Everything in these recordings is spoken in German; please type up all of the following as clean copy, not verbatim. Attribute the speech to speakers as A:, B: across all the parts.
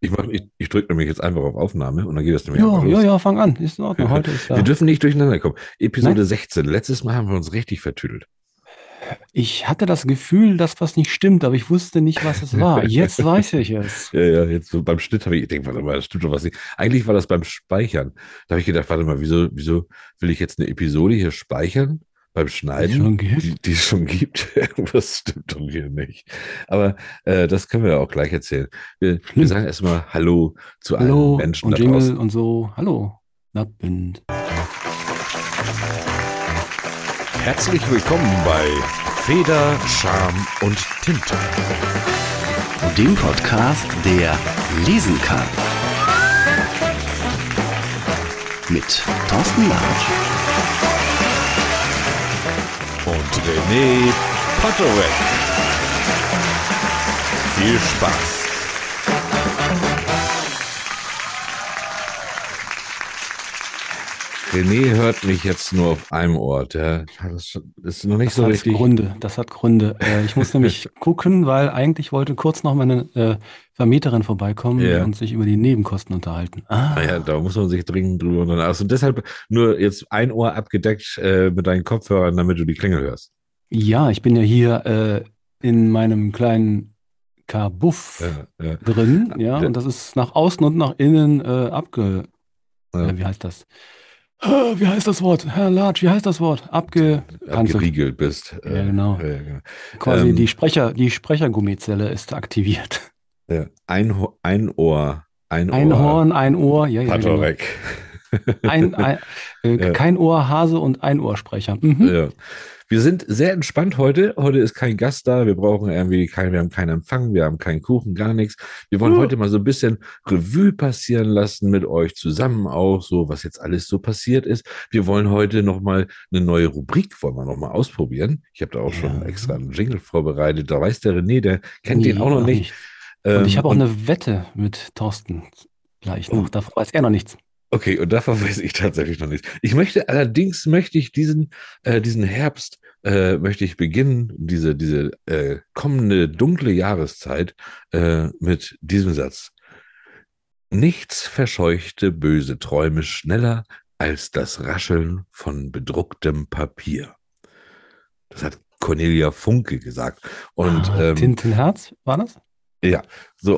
A: Ich drücke nämlich jetzt einfach auf Aufnahme und dann geht das nämlich einfach
B: Ja, ja,
A: los.
B: ja, fang an. Ist in Ordnung. Heute ist
A: Wir
B: ja.
A: dürfen nicht durcheinander kommen.
B: Nein,
A: Episode 16. Letztes Mal haben wir uns richtig vertüdelt.
B: ich hatte das Gefühl, dass was nicht stimmt, aber ich wusste nicht, was es war. Jetzt weiß ich es.
A: Ja, ja, jetzt so beim Schnitt habe ich gedacht, warte mal, das stimmt doch was nicht. Eigentlich war das beim Speichern. Da habe ich gedacht, warte mal, wieso will ich jetzt eine Episode hier speichern beim
B: Wie es
A: Schneiden,
B: schon geht.
A: die es schon gibt? Irgendwas stimmt doch hier nicht. Aber das können wir ja auch gleich erzählen. Wir
B: Schlimm.
A: sagen erstmal Hallo zu allen
B: Hallo
A: Menschen
B: und
A: da
B: Jingle
A: draußen.
B: und so. Hallo. Lappend.
A: Herzlich willkommen bei Feder, Charme und Tinte.
C: Dem Podcast, der lesen kann. Mit Thorsten Larsch
A: Und René Potterweg. Viel Spaß. René hört mich jetzt nur auf einem Ort. Ja. Das ist noch nicht
B: Das
A: so
B: hat
A: richtig.
B: Gründe. Das hat Gründe. Ich muss nämlich gucken, weil eigentlich wollte kurz noch meine Vermieterin vorbeikommen
A: Ja,
B: und sich über die Nebenkosten unterhalten.
A: naja,
B: Ah.
A: da muss man sich dringend drüber unterhalten. Also deshalb nur jetzt ein Ohr abgedeckt mit deinen Kopfhörern, damit du die Klingel hörst.
B: Ja, ich bin ja hier in meinem kleinen Kabuff
A: Ja, ja.
B: drin, ja, und
A: Der,
B: das ist nach außen und nach innen
A: ja,
B: wie heißt das? Wie heißt das Wort? Herr Latsch, wie heißt das Wort? Abgekanzelt.
A: abgeriegelt bist.
B: Ja, genau.
A: Genau.
B: Quasi
A: Ähm,
B: die Sprechergummizelle ist aktiviert.
A: ja. Ein
B: Ein
A: Ohr,
B: Horn, ein Ohr, ja, ja, genau.
A: Patorek. Ja,
B: Kein Ohr, Hase und ein Ohrsprecher. Mhm.
A: ja. Wir sind sehr entspannt heute. Heute ist kein Gast da. Wir haben keinen Empfang, wir haben keinen Kuchen, gar nichts. Wir wollen heute mal so ein bisschen Revue passieren lassen mit euch zusammen auch, so was jetzt alles so passiert ist. Wir wollen heute nochmal eine neue Rubrik, wollen wir nochmal ausprobieren. Ich habe da auch schon
B: Ja.
A: extra einen Jingle vorbereitet. Da weiß der René, der kennt den auch
B: Nee,
A: noch
B: noch
A: nicht.
B: nicht. Und ich habe auch
A: Und
B: eine Wette mit Thorsten gleich noch.
A: oh,
B: Davon weiß er noch nichts.
A: okay, und davon weiß ich tatsächlich noch nicht. Möchte ich diesen Herbst, möchte ich beginnen, diese kommende dunkle Jahreszeit, mit diesem Satz. Nichts verscheuchte böse Träume schneller als das Rascheln von bedrucktem Papier. Das hat Cornelia Funke gesagt. Und
B: Ah, Tintenherz, war das?
A: ja, so,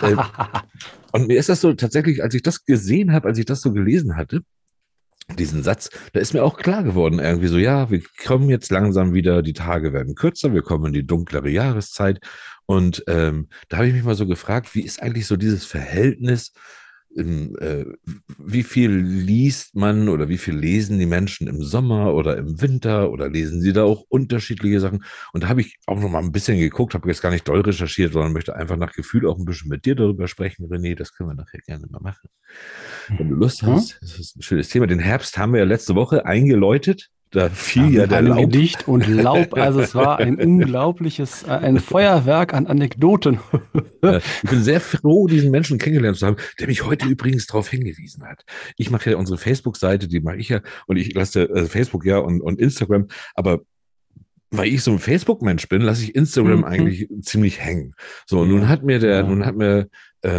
A: und mir ist das so tatsächlich, als ich das gesehen habe, als ich das so gelesen hatte, diesen Satz, da ist mir auch klar geworden, irgendwie so, ja, wir kommen jetzt langsam wieder, die Tage werden kürzer, wir kommen in die dunklere Jahreszeit. Und da habe ich mich mal so gefragt, wie ist eigentlich so dieses Verhältnis, im, wie viel liest man oder wie viel lesen die Menschen im Sommer oder im Winter oder lesen sie da auch unterschiedliche Sachen? Und da habe ich auch noch mal ein bisschen geguckt, habe jetzt gar nicht doll recherchiert, sondern möchte einfach nach Gefühl auch ein bisschen mit dir darüber sprechen, René, das können wir nachher gerne mal machen. Wenn du Lust
B: Mhm.
A: hast, das ist ein schönes Thema. Den Herbst haben wir ja letzte Woche eingeläutet. Da fiel
B: Ja,
A: ja
B: mit
A: der
B: einem
A: Laub.
B: Gedicht und Laub. Also es war ein unglaubliches, ein Feuerwerk an Anekdoten.
A: Ich bin sehr froh, diesen Menschen kennengelernt zu haben, der mich heute übrigens darauf hingewiesen hat. Ich mache ja unsere Facebook-Seite, die mache ich ja, und ich lasse Facebook ja und Instagram, aber weil ich so ein Facebook-Mensch bin, lasse ich Instagram
B: Mhm.
A: eigentlich ziemlich hängen. So, und
B: Ja,
A: nun
B: ja.
A: hat mir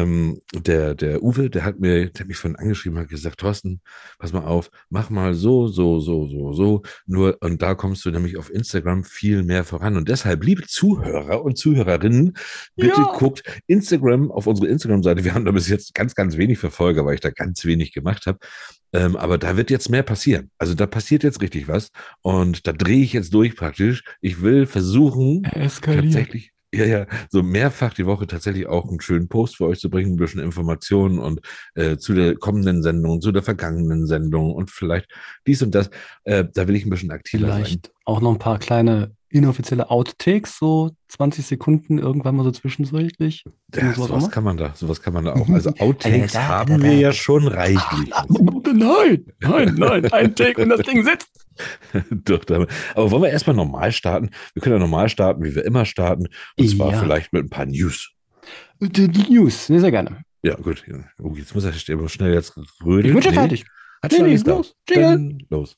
A: der Uwe, der hat mich vorhin angeschrieben, hat gesagt, Thorsten, pass mal auf, mach mal so. Nur, und da kommst du nämlich auf Instagram viel mehr voran. Und deshalb, liebe Zuhörer und Zuhörerinnen, bitte
B: Ja.
A: guckt Instagram auf unsere Instagram-Seite. Wir haben da bis jetzt ganz, ganz wenig Verfolger, weil ich da ganz wenig gemacht habe. Aber da wird jetzt mehr passieren. Also da passiert jetzt richtig was. Und da drehe ich jetzt durch praktisch. Ich will versuchen,
B: Er eskaliert.
A: tatsächlich, ja, ja, so mehrfach die Woche tatsächlich auch einen schönen Post für euch zu bringen, ein bisschen Informationen und zu der kommenden Sendung, zu der vergangenen Sendung und vielleicht dies und das. Da will ich ein bisschen aktiver sein.
B: Vielleicht auch noch ein paar kleine inoffizielle Outtakes, so 20 Sekunden irgendwann mal so zwischendurch. Findest
A: Ja,
B: du sowas auch mal?
A: sowas kann man da auch. Also Outtakes
B: Da,
A: haben wir ja schon reichlich.
B: nein, nein, nein, ein Take und das Ding sitzt.
A: Doch, aber wollen wir erstmal normal starten? Wir können ja normal starten, wie wir immer starten. Und zwar
B: Ja,
A: vielleicht mit ein paar News.
B: die News, sehr, sehr gerne.
A: Ja, gut. Ja. Oh, jetzt muss er schnell jetzt
B: Ich
A: rödeln.
B: bin schon
A: Nee,
B: fertig.
A: hat
B: Nee,
A: schon
B: nee,
A: alles da.
B: los, Jingle.
A: Dann los.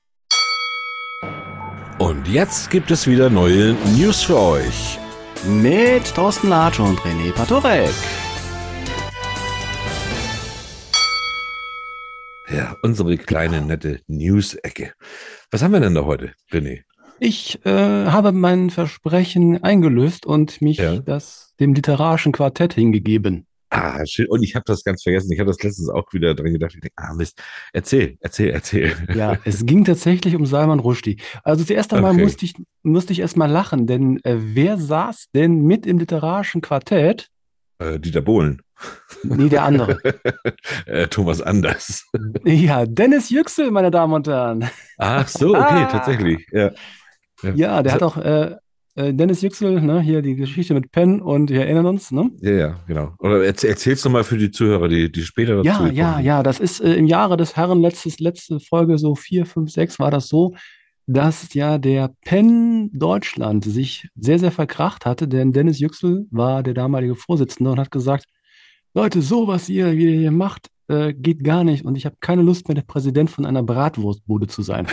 A: Und jetzt gibt es wieder neue News für euch.
C: mit Thorsten Larsch und René Patorek.
A: Ja, unsere kleine, nette News-Ecke. Was haben wir denn da heute, René?
B: Ich habe mein Versprechen eingelöst und mich
A: Ja.
B: dem literarischen Quartett hingegeben.
A: Ah, schön. Und ich habe das ganz vergessen. Ich habe das letztens auch wieder dran gedacht. Ich denke, Mist. Erzähl.
B: Ja, es ging tatsächlich um Salman Rushdie. Also zuerst einmal
A: Okay.
B: musste ich erst mal lachen, denn wer saß denn mit im literarischen Quartett?
A: Dieter Bohlen.
B: Nee, der andere.
A: Thomas Anders.
B: Ja, Dennis Yüksel, meine Damen und Herren.
A: Ach so, okay, tatsächlich. Ja, ja.
B: Ja, der hat auch Dennis Yüksel, ne, hier die Geschichte mit Penn und wir erinnern uns, ne?
A: Ja, genau. Oder erzähl's nochmal für die Zuhörer, die später dazu
B: Ja,
A: gekommen
B: ja,
A: sind.
B: ja, das ist im Jahre des Herrn, letzte Folge, so 4, 5, 6 war das so, dass ja der Penn Deutschland sich sehr, sehr verkracht hatte, denn Dennis Yüksel war der damalige Vorsitzende und hat gesagt, Leute, so was ihr hier macht, geht gar nicht und ich habe keine Lust mehr, der Präsident von einer Bratwurstbude zu sein.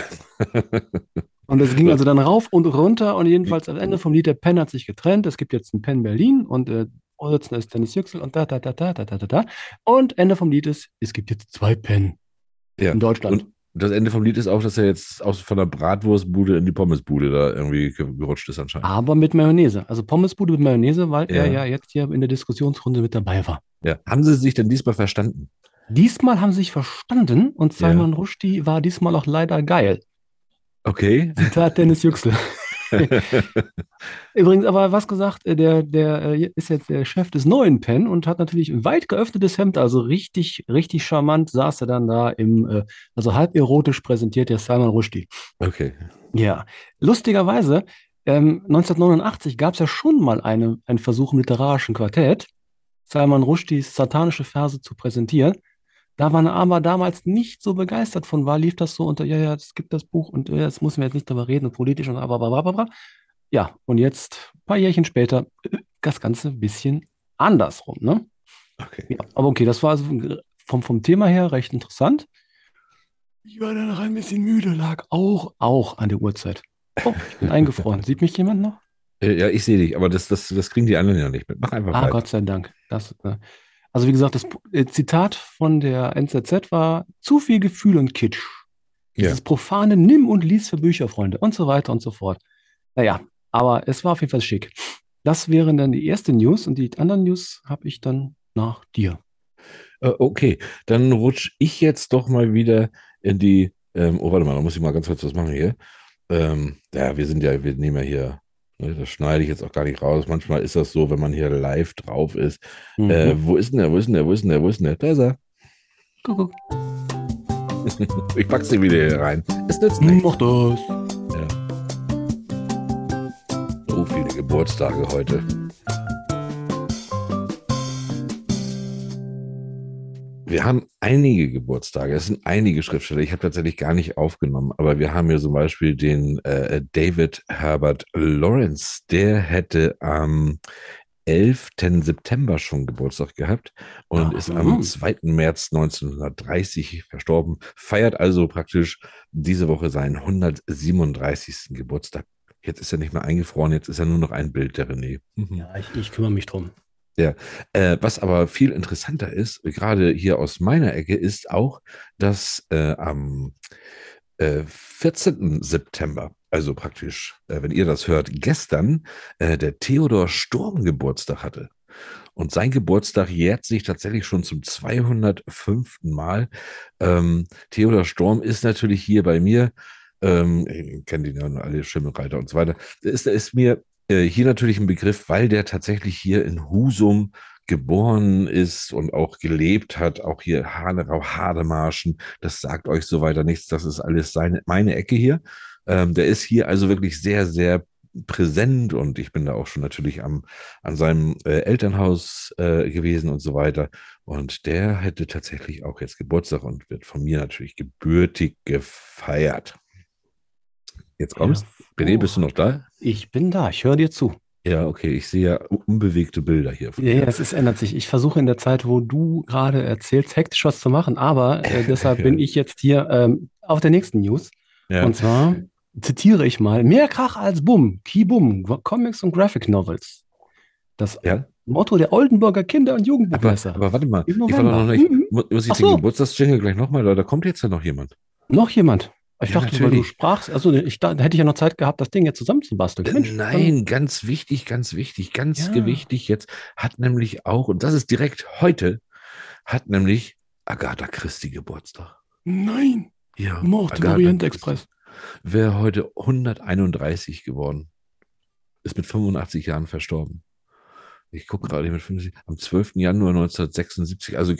B: Und es ging also dann rauf und runter und jedenfalls am Ende vom Lied, der Penn hat sich getrennt. Es gibt jetzt einen Penn Berlin und Vorsitzender ist Dennis Yüksel und da. Und Ende vom Lied ist, es gibt jetzt 2 Penn
A: Ja,
B: in Deutschland.
A: und das Ende vom Lied ist auch, dass er jetzt von der Bratwurstbude in die Pommesbude da irgendwie gerutscht ist anscheinend.
B: Aber mit Mayonnaise. Also Pommesbude mit Mayonnaise, weil er
A: Ja,
B: ja jetzt hier in der Diskussionsrunde mit dabei war.
A: ja. Haben sie sich denn diesmal verstanden?
B: Diesmal haben sie sich verstanden und
A: Ja,
B: Salman Rushdie war diesmal auch leider geil.
A: okay.
B: Zitat Dennis Yüksel. Übrigens aber was gesagt, der ist jetzt der Chef des neuen Penn und hat natürlich ein weit geöffnetes Hemd, also richtig, richtig charmant saß er dann da also halb erotisch präsentiert der Salman Rushdie.
A: Okay.
B: Ja, lustigerweise, 1989 gab es ja schon mal einen Versuch im literarischen Quartett, Salman Rushdies satanische Verse zu präsentieren. Da man aber damals nicht so begeistert von war, lief das so unter, ja, es gibt das Buch und jetzt müssen wir jetzt nicht darüber reden und politisch und bla. Ja, und jetzt, ein paar Jährchen später, das Ganze ein bisschen andersrum, ne?
A: Okay.
B: Ja, aber okay, das war also vom Thema her recht interessant. Ich war dann noch ein bisschen müde, lag auch an der Uhrzeit. Oh, ich bin eingefroren. Sieht mich jemand noch?
A: Ja, ich sehe dich, aber das kriegen die anderen ja nicht mit. Mach einfach
B: Ah,
A: weiter.
B: Gott sei Dank. Also wie gesagt, das Zitat von der NZZ war, zu viel Gefühl und Kitsch.
A: Ja.
B: Dieses profane Nimm und Lies für Bücherfreunde und so weiter und so fort. Naja, aber es war auf jeden Fall schick. Das wären dann die erste News und die anderen News habe ich dann nach dir.
A: Okay, dann rutsche ich jetzt doch mal wieder in die. Oh, warte mal, da muss ich mal ganz kurz was machen hier. Ja, wir nehmen ja hier, ne, das schneide ich jetzt auch gar nicht raus. Manchmal ist das so, wenn man hier live drauf ist.
B: Mhm.
A: Wo ist denn der? Wo ist denn der? Wo ist denn der? Wo ist denn der? Da ist er.
B: Kuckuck.
A: Ich pack sie wieder hier rein. Es nützt nichts.
B: Mach das.
A: Ja. So viele Geburtstage heute. Wir haben einige Geburtstage, es sind einige Schriftsteller. Ich habe tatsächlich gar nicht aufgenommen, aber wir haben hier zum Beispiel den David Herbert Lawrence. Der hätte am 11. September schon Geburtstag gehabt und ist am 2. März 1930 verstorben. Feiert also praktisch diese Woche seinen 137. Geburtstag. Jetzt ist er nicht mehr eingefroren, jetzt ist er nur noch ein Bild, der René.
B: Ja, ich kümmere mich drum.
A: Ja, was aber viel interessanter ist, gerade hier aus meiner Ecke, ist auch, dass am 14. September, also praktisch, wenn ihr das hört, gestern, der Theodor Storm Geburtstag hatte. Und sein Geburtstag jährt sich tatsächlich schon zum 205. Mal. Theodor Storm ist natürlich hier bei mir, kennt ihn ja alle, Schimmelreiter und so weiter, ist mir hier natürlich ein Begriff, weil der tatsächlich hier in Husum geboren ist und auch gelebt hat, auch hier Hanerau, Hademarschen, das sagt euch so weiter nichts, das ist alles meine Ecke hier. Der ist hier also wirklich sehr, sehr präsent und ich bin da auch schon natürlich an seinem Elternhaus gewesen und so weiter. Und der hätte tatsächlich auch jetzt Geburtstag und wird von mir natürlich gebürtig gefeiert. Jetzt kommst. René, bist du noch da?
B: Ich bin da, ich höre dir zu.
A: Ja, okay, ich sehe ja unbewegte Bilder hier von
B: Ja,
A: dir.
B: es ändert sich. Ich versuche in der Zeit, wo du gerade erzählst, hektisch was zu machen, aber deshalb bin ich jetzt hier auf der nächsten News.
A: Ja,
B: Und zwar zitiere ich mal: Mehr Krach als Bumm, Ki Bum, Comics und Graphic Novels. Das
A: ja.
B: Motto der Oldenburger Kinder- und Jugendbuchmesse.
A: Aber warte mal,
B: Im
A: ich war doch
B: November.
A: noch nicht.
B: Mhm.
A: Muss ich
B: Ach
A: den
B: so,
A: Geburtstagsjingle gleich nochmal, oder da kommt jetzt ja noch jemand?
B: noch jemand. Ich
A: Ja,
B: dachte, weil du
A: natürlich.
B: sprachst, also da hätte ich ja noch Zeit gehabt, das Ding jetzt zusammenzubasteln. Mensch, dann,
A: Nein, ganz wichtig, ganz wichtig, ganz
B: ja,
A: gewichtig jetzt hat nämlich auch, und das ist direkt heute, hat nämlich Agatha Christie Geburtstag.
B: nein,
A: Ja,
B: Mord im
A: Agatha
B: Orient
A: Christie.
B: Express.
A: Wäre heute 131 geworden. Ist mit 85 Jahren verstorben. Ich gucke gerade mit 50, am 12. Januar 1976, also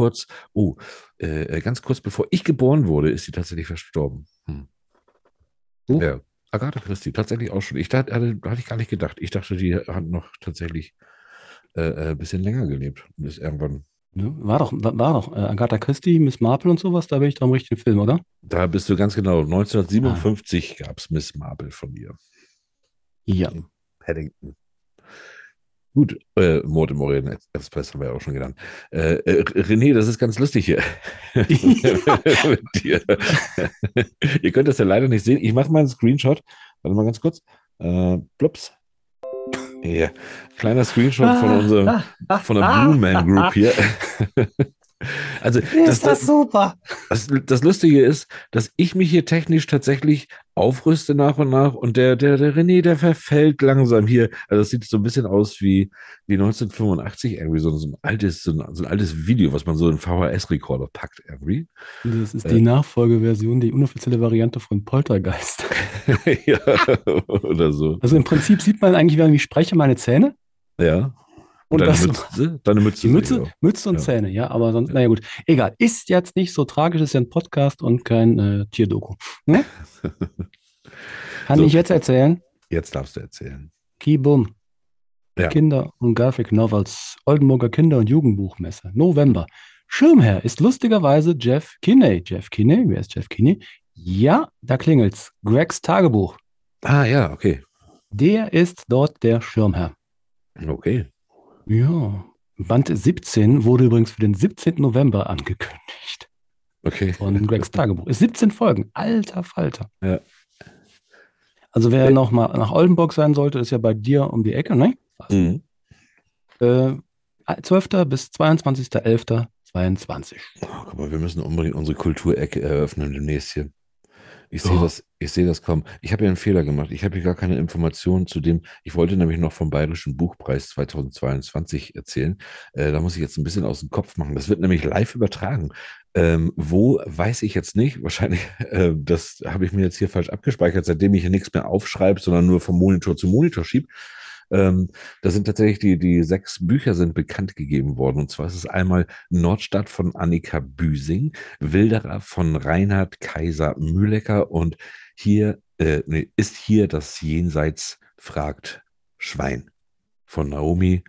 A: ganz kurz bevor ich geboren wurde, ist sie tatsächlich verstorben.
B: Huch.
A: Ja, Agatha Christie, tatsächlich auch schon. Hatte ich gar nicht gedacht. Ich dachte, die hat noch tatsächlich ein bisschen länger gelebt und ist irgendwann.
B: Ne? War doch Agatha Christie, Miss Marple und sowas, da bin ich doch im richtigen Film, oder?
A: Da bist du ganz genau.
B: Ah,
A: 1957 gab es Miss Marple von ihr.
B: ja.
A: In Paddington. Gut, Mord im Orient Express haben wir ja auch schon genannt. René, das ist ganz lustig hier. Mit dir. Ihr könnt das ja leider nicht sehen. Ich mache mal einen Screenshot. Warte mal ganz kurz. Blups. Ja, kleiner Screenshot von der Blue Man Group hier. Also
B: Ist das super?
A: das Lustige ist, dass ich mich hier technisch tatsächlich aufrüste nach und nach und der René, der verfällt langsam hier. Also das sieht so ein bisschen aus wie 1985 irgendwie, so ein altes Video, was man so in VHS-Rekorder packt irgendwie.
B: Das ist
A: Äh,
B: die Nachfolgeversion, die unoffizielle Variante von Poltergeist.
A: ja, oder so.
B: Also im Prinzip sieht man eigentlich, wenn ich spreche, meine Zähne
A: Ja. Und
B: und
A: deine
B: das
A: Mütze? Deine
B: die
A: Mütze sehe ich
B: Mütze,
A: auch.
B: Mütze und
A: Ja.
B: Zähne, ja, aber sonst,
A: Ja.
B: naja gut. Egal, ist jetzt nicht so tragisch, ist ja ein Podcast und kein Tierdoku. Ne? Kann
A: So,
B: ich jetzt erzählen?
A: jetzt darfst du erzählen.
B: Kibum,
A: Ja.
B: Kinder- und Graphic Novels, Oldenburger Kinder- und Jugendbuchmesse, November. Schirmherr ist lustigerweise Jeff Kinney. Jeff Kinney, wer ist Jeff Kinney? Ja, da klingelt's. Gregs Tagebuch.
A: Ah, ja, okay.
B: Der ist dort der Schirmherr.
A: Okay.
B: Ja. Band 17 wurde übrigens für den 17. November angekündigt
A: Okay.
B: von Gregs Tagebuch. Ist 17 Folgen. Alter Falter.
A: Ja.
B: Also wer noch mal nach Oldenburg sein sollte, ist ja bei dir um die Ecke, ne?
A: Mhm.
B: 12. bis 22.11.22.
A: Oh, guck mal, wir müssen unbedingt unsere Kulturecke eröffnen demnächst hier.
B: Ja.
A: Ich sehe das kaum. Ich habe ja einen Fehler gemacht. Ich habe hier gar keine Informationen zu dem. Ich wollte nämlich noch vom Bayerischen Buchpreis 2022 erzählen. Da muss ich jetzt ein bisschen aus dem Kopf machen. Das wird nämlich live übertragen. Wo, weiß ich jetzt nicht. Wahrscheinlich, das habe ich mir jetzt hier falsch abgespeichert, seitdem ich hier nichts mehr aufschreibe, sondern nur vom Monitor zu Monitor schiebe. Da sind tatsächlich die 6 Bücher sind bekannt gegeben worden. Und zwar ist es einmal Nordstadt von Annika Büsing, Wilderer von Reinhard Kaiser Mühlecker und ist hier das Jenseits fragt Schwein von Naomi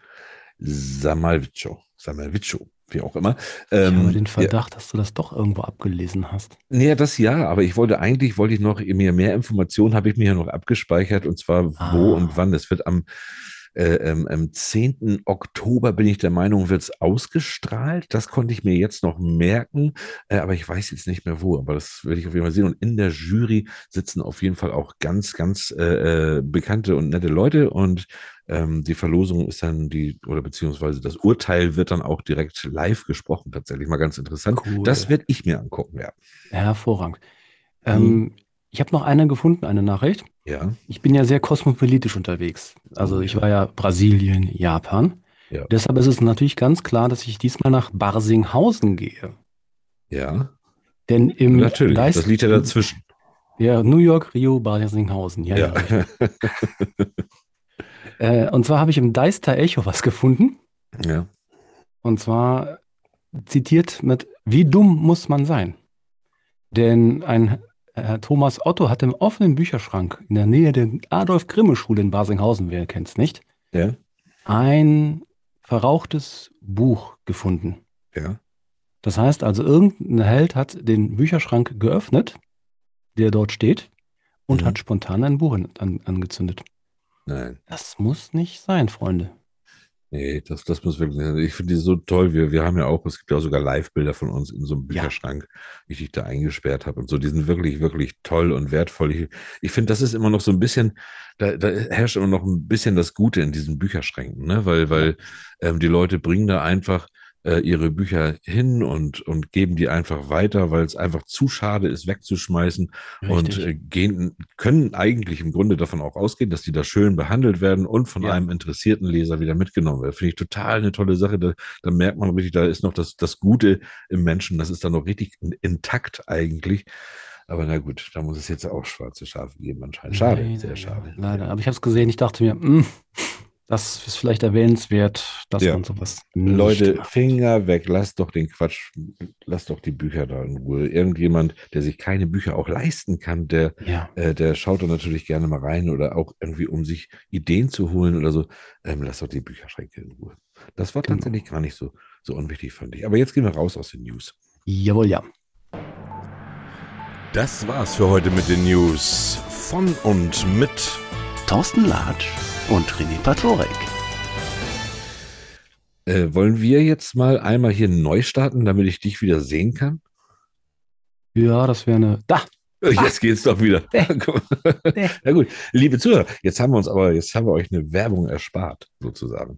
A: Samalvico, wie auch immer.
B: Ich habe den
A: Ja,
B: Verdacht, dass du das doch irgendwo abgelesen hast.
A: nee, das ja, aber wollte ich noch mir mehr Informationen, habe ich mir ja noch abgespeichert und zwar wo und
B: Ah,
A: wann. Es wird am 10. Oktober, bin ich der Meinung, wird es ausgestrahlt. Das konnte ich mir jetzt noch merken, aber ich weiß jetzt nicht mehr wo. Aber das werde ich auf jeden Fall sehen. Und in der Jury sitzen auf jeden Fall auch ganz, ganz bekannte und nette Leute und die Verlosung ist dann oder beziehungsweise das Urteil wird dann auch direkt live gesprochen, tatsächlich mal ganz interessant. Das
B: cool.
A: werde ich mir angucken, ja.
B: Hervorragend.
A: Hm.
B: Ich habe noch eine gefunden, eine Nachricht.
A: Ja,
B: Ich bin ja sehr kosmopolitisch unterwegs. Also
A: oh
B: ich
A: ja,
B: war ja Brasilien, Japan.
A: ja,
B: Deshalb ist es natürlich ganz klar, dass ich diesmal nach Barsinghausen gehe.
A: ja,
B: Denn im
A: natürlich. Das liegt ja dazwischen.
B: ja, New York, Rio, Barsinghausen. Ja, ja,
A: Ja,
B: richtig. Und zwar habe ich im Deister Echo was gefunden.
A: ja.
B: Und zwar zitiert mit: Wie dumm muss man sein? Denn ein Thomas Otto hat im offenen Bücherschrank in der Nähe der Adolf-Grimme-Schule in Barsinghausen, wer kennt es nicht,
A: Ja,
B: ein verrauchtes Buch gefunden.
A: ja.
B: Das heißt also, irgendein Held hat den Bücherschrank geöffnet, der dort steht, und
A: Mhm.
B: hat spontan ein Buch angezündet.
A: Nein.
B: Das muss nicht sein, Freunde.
A: Nee, das muss wirklich sein. Ich finde die so toll. Wir haben ja auch, es gibt ja auch sogar Live-Bilder von uns in so einem
B: Ja,
A: Bücherschrank, wie ich dich da eingesperrt habe und so. Die sind wirklich, wirklich toll und wertvoll. Ich finde, das ist immer noch so ein bisschen, da herrscht immer noch ein bisschen das Gute in diesen Bücherschränken, ne?
B: ja,
A: Weil die Leute bringen da einfach ihre Bücher hin und geben die einfach weiter, weil es einfach zu schade ist, wegzuschmeißen und
B: richtig.
A: können eigentlich im Grunde davon auch ausgehen, dass die da schön behandelt werden und von
B: Ja.
A: einem interessierten Leser wieder mitgenommen werden. Finde ich total eine tolle Sache. Da merkt man richtig, da ist noch das Gute im Menschen, das ist dann noch richtig intakt eigentlich. Aber na gut, da muss es jetzt auch schwarze Schafe geben anscheinend. Schade,
B: Leider,
A: sehr
B: ja,
A: schade.
B: leider.
A: Ja.
B: Aber ich habe es gesehen, ich dachte mir, das ist vielleicht erwähnenswert, dass
A: Ja.
B: man sowas nicht
A: Leute,
B: macht.
A: Finger weg, lasst doch den Quatsch, lasst doch die Bücher da in Ruhe. Irgendjemand, der sich keine Bücher auch leisten kann,
B: Ja,
A: der schaut da natürlich gerne mal rein oder auch irgendwie, um sich Ideen zu holen oder so. Lasst doch die Bücherschränke in Ruhe. Das war
B: genau.
A: tatsächlich gar nicht so unwichtig, fand ich. Aber jetzt gehen wir raus aus den News.
B: Jawohl, ja.
A: Das war's für heute mit den News von und mit.
C: Thorsten Latsch und René Patorek.
A: Wollen wir jetzt mal einmal hier neu starten, damit ich dich wieder sehen kann?
B: Ja, das wäre eine. Da!
A: Jetzt geht's doch wieder.
B: Nee.
A: Na gut, liebe Zuhörer, jetzt haben wir euch eine Werbung erspart, sozusagen.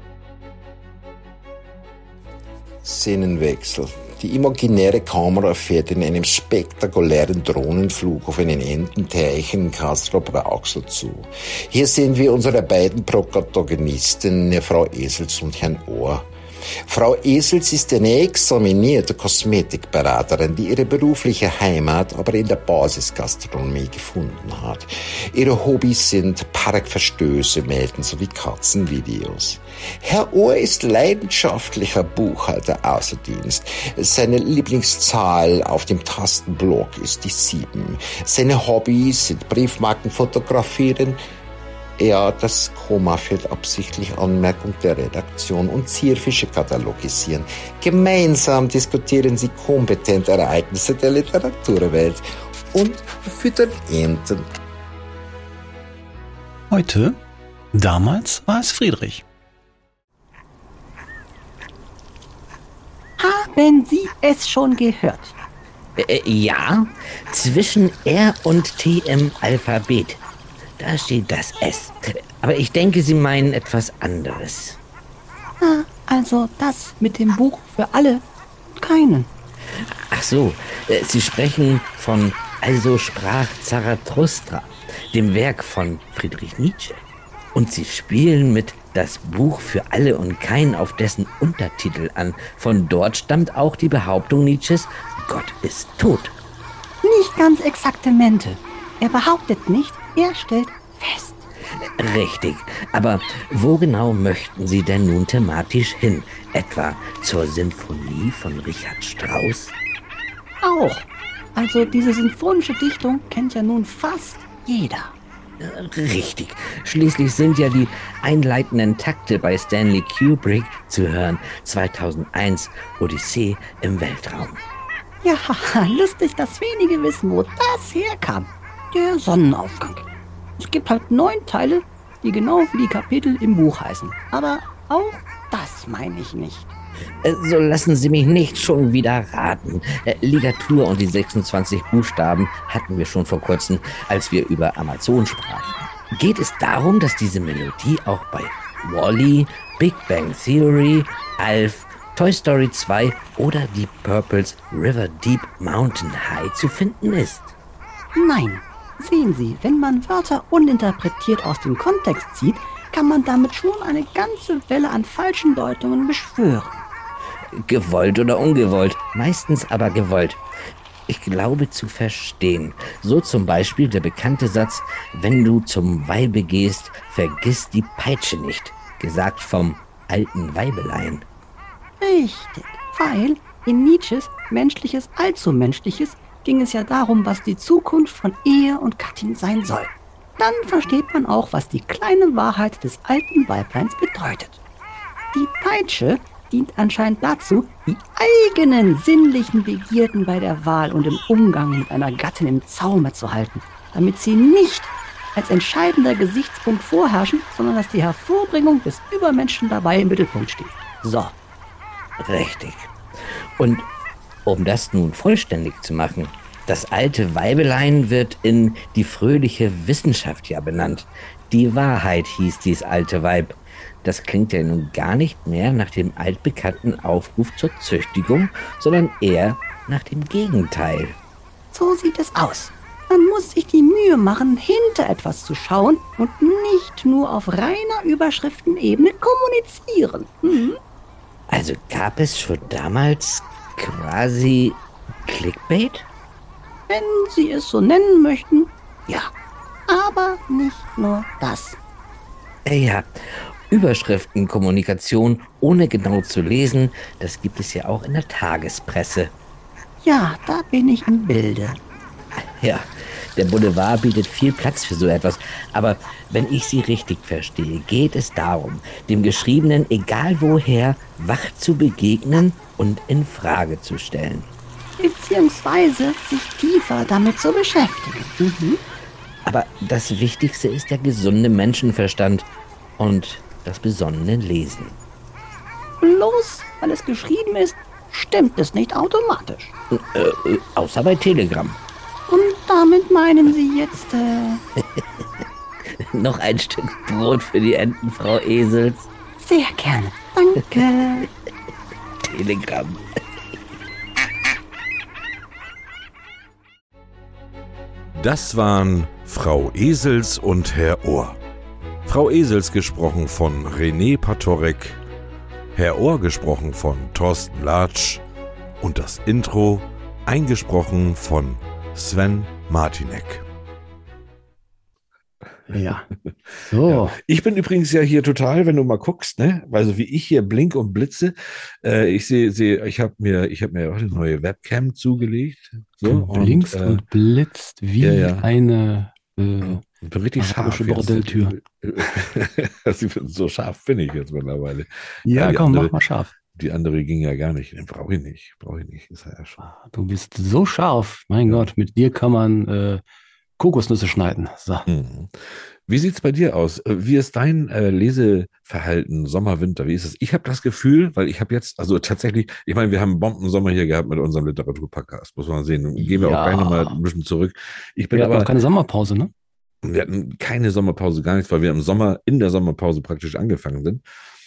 D: Szenenwechsel. Die imaginäre Kamera fährt in einem spektakulären Drohnenflug auf einen Ententeich in Castrop-Rauxel zu. Hier sehen wir unsere beiden Protagonisten, Frau Esels und Herrn Ohr. Frau Esels ist eine examinierte Kosmetikberaterin, die ihre berufliche Heimat aber in der Basisgastronomie gefunden hat. Ihre Hobbys sind Parkverstöße melden sowie Katzenvideos. Herr Ohr ist leidenschaftlicher Buchhalter außer Dienst. Seine Lieblingszahl auf dem Tastenblock ist die 7. Seine Hobbys sind Briefmarken fotografieren, ja, das Komma fehlt absichtlich, Anmerkung der Redaktion, und Zierfische katalogisieren. Gemeinsam diskutieren sie kompetent Ereignisse der Literaturwelt und füttern Enten.
C: Heute, damals war es Friedrich.
E: Haben Sie es schon gehört?
F: Ja, zwischen R und T im Alphabet. Da steht das S. Aber ich denke, Sie meinen etwas anderes.
E: Also das mit dem Buch für alle und keinen.
F: Ach so, Sie sprechen von Also sprach Zarathustra, dem Werk von Friedrich Nietzsche. Und Sie spielen mit Das Buch für alle und keinen auf dessen Untertitel an. Von dort stammt auch die Behauptung Nietzsches, Gott ist tot.
E: Nicht ganz exaktamente. Er behauptet nicht, er stellt fest.
F: Richtig, aber wo genau möchten Sie denn nun thematisch hin? Etwa zur Sinfonie von Richard Strauss?
E: Auch. Also diese sinfonische Dichtung kennt ja nun fast jeder.
F: Richtig, schließlich sind ja die einleitenden Takte bei Stanley Kubrick zu hören. 2001, Odyssee im Weltraum.
E: Ja, lustig, dass wenige wissen, wo das herkam. Der Sonnenaufgang. Es gibt halt 9 Teile, die genau wie die Kapitel im Buch heißen. Aber auch das meine ich nicht.
F: So lassen Sie mich nicht schon wieder raten. Ligatur und die 26 Buchstaben hatten wir schon vor kurzem, als wir über Amazon sprachen. Geht es darum, dass diese Melodie auch bei Wall-E, Big Bang Theory, Alf, Toy Story 2 oder Deep Purples River Deep Mountain High zu finden ist?
E: Nein. Sehen Sie, wenn man Wörter uninterpretiert aus dem Kontext zieht, kann man damit schon eine ganze Welle an falschen Deutungen beschwören.
F: Gewollt oder ungewollt, meistens aber gewollt. Ich glaube zu verstehen. So zum Beispiel der bekannte Satz, wenn du zum Weibe gehst, vergiss die Peitsche nicht. Gesagt vom alten Weibelein.
E: Richtig, weil in Nietzsches Menschliches allzu Menschliches ging es ja darum, was die Zukunft von Ehe und Gattin sein soll. Dann versteht man auch, was die kleine Wahrheit des alten Weibleins bedeutet. Die Peitsche dient anscheinend dazu, die eigenen sinnlichen Begierden bei der Wahl und im Umgang mit einer Gattin im Zaume zu halten, damit sie nicht als entscheidender Gesichtspunkt vorherrschen, sondern dass die Hervorbringung des Übermenschen dabei im Mittelpunkt steht. So.
F: Richtig. Und um das nun vollständig zu machen, das alte Weibelein wird in die fröhliche Wissenschaft ja benannt. Die Wahrheit hieß dies alte Weib. Das klingt ja nun gar nicht mehr nach dem altbekannten Aufruf zur Züchtigung, sondern eher nach dem Gegenteil.
E: So sieht es aus. Man muss sich die Mühe machen, hinter etwas zu schauen und nicht nur auf reiner Überschriftenebene kommunizieren.
F: Also gab es schon damals quasi Clickbait?
E: Wenn Sie es so nennen möchten, ja. Aber nicht nur das.
F: Ja, Überschriftenkommunikation ohne genau zu lesen, das gibt es ja auch in der Tagespresse.
E: Ja, da bin ich im Bilde.
F: Ja, der Boulevard bietet viel Platz für so etwas. Aber wenn ich Sie richtig verstehe, geht es darum, dem Geschriebenen, egal woher, wach zu begegnen und in Frage zu stellen.
E: Beziehungsweise sich tiefer damit zu beschäftigen.
F: Aber das Wichtigste ist der gesunde Menschenverstand und das besonnene Lesen.
E: Bloß weil es geschrieben ist, stimmt es nicht automatisch.
F: Außer bei Telegram.
E: Und damit meinen Sie jetzt,
F: Noch ein Stück Brot für die Enten, Frau Esels.
E: Sehr gerne. Danke.
F: Telegram.
A: Das waren Frau Esels und Herr Ohr. Frau Esels gesprochen von René Patorek, Herr Ohr gesprochen von Thorsten Latsch und das Intro eingesprochen von Sven Martinek.
B: Ja. So.
A: Ja. Ich bin übrigens ja hier total, wenn du mal guckst, ne, also wie ich hier blink und blitze, ich ich habe mir auch eine neue Webcam zugelegt. So,
B: Du blinkst und blitzt wie eine
A: richtig scharf.
B: Bordelltür.
A: So scharf bin ich jetzt mittlerweile.
B: Ja, komm,
A: andere,
B: mach mal scharf.
A: Die andere ging ja gar nicht. Den brauche ich nicht. Ist ja schon.
B: Du bist so scharf. Mein Gott, mit dir kann man Kokosnüsse schneiden. So.
A: Wie sieht's bei dir aus? Wie ist dein Leseverhalten Sommer, Winter? Wie ist es? Ich habe das Gefühl, weil ich habe jetzt, also tatsächlich, ich meine, wir haben einen Bombensommer hier gehabt mit unserem Literaturpodcast, muss man sehen. Gehen wir auch gleich nochmal ein bisschen zurück. Ich bin
B: wir hatten noch keine Sommerpause, ne?
A: Wir hatten keine Sommerpause, gar nichts, weil wir in der Sommerpause praktisch angefangen sind.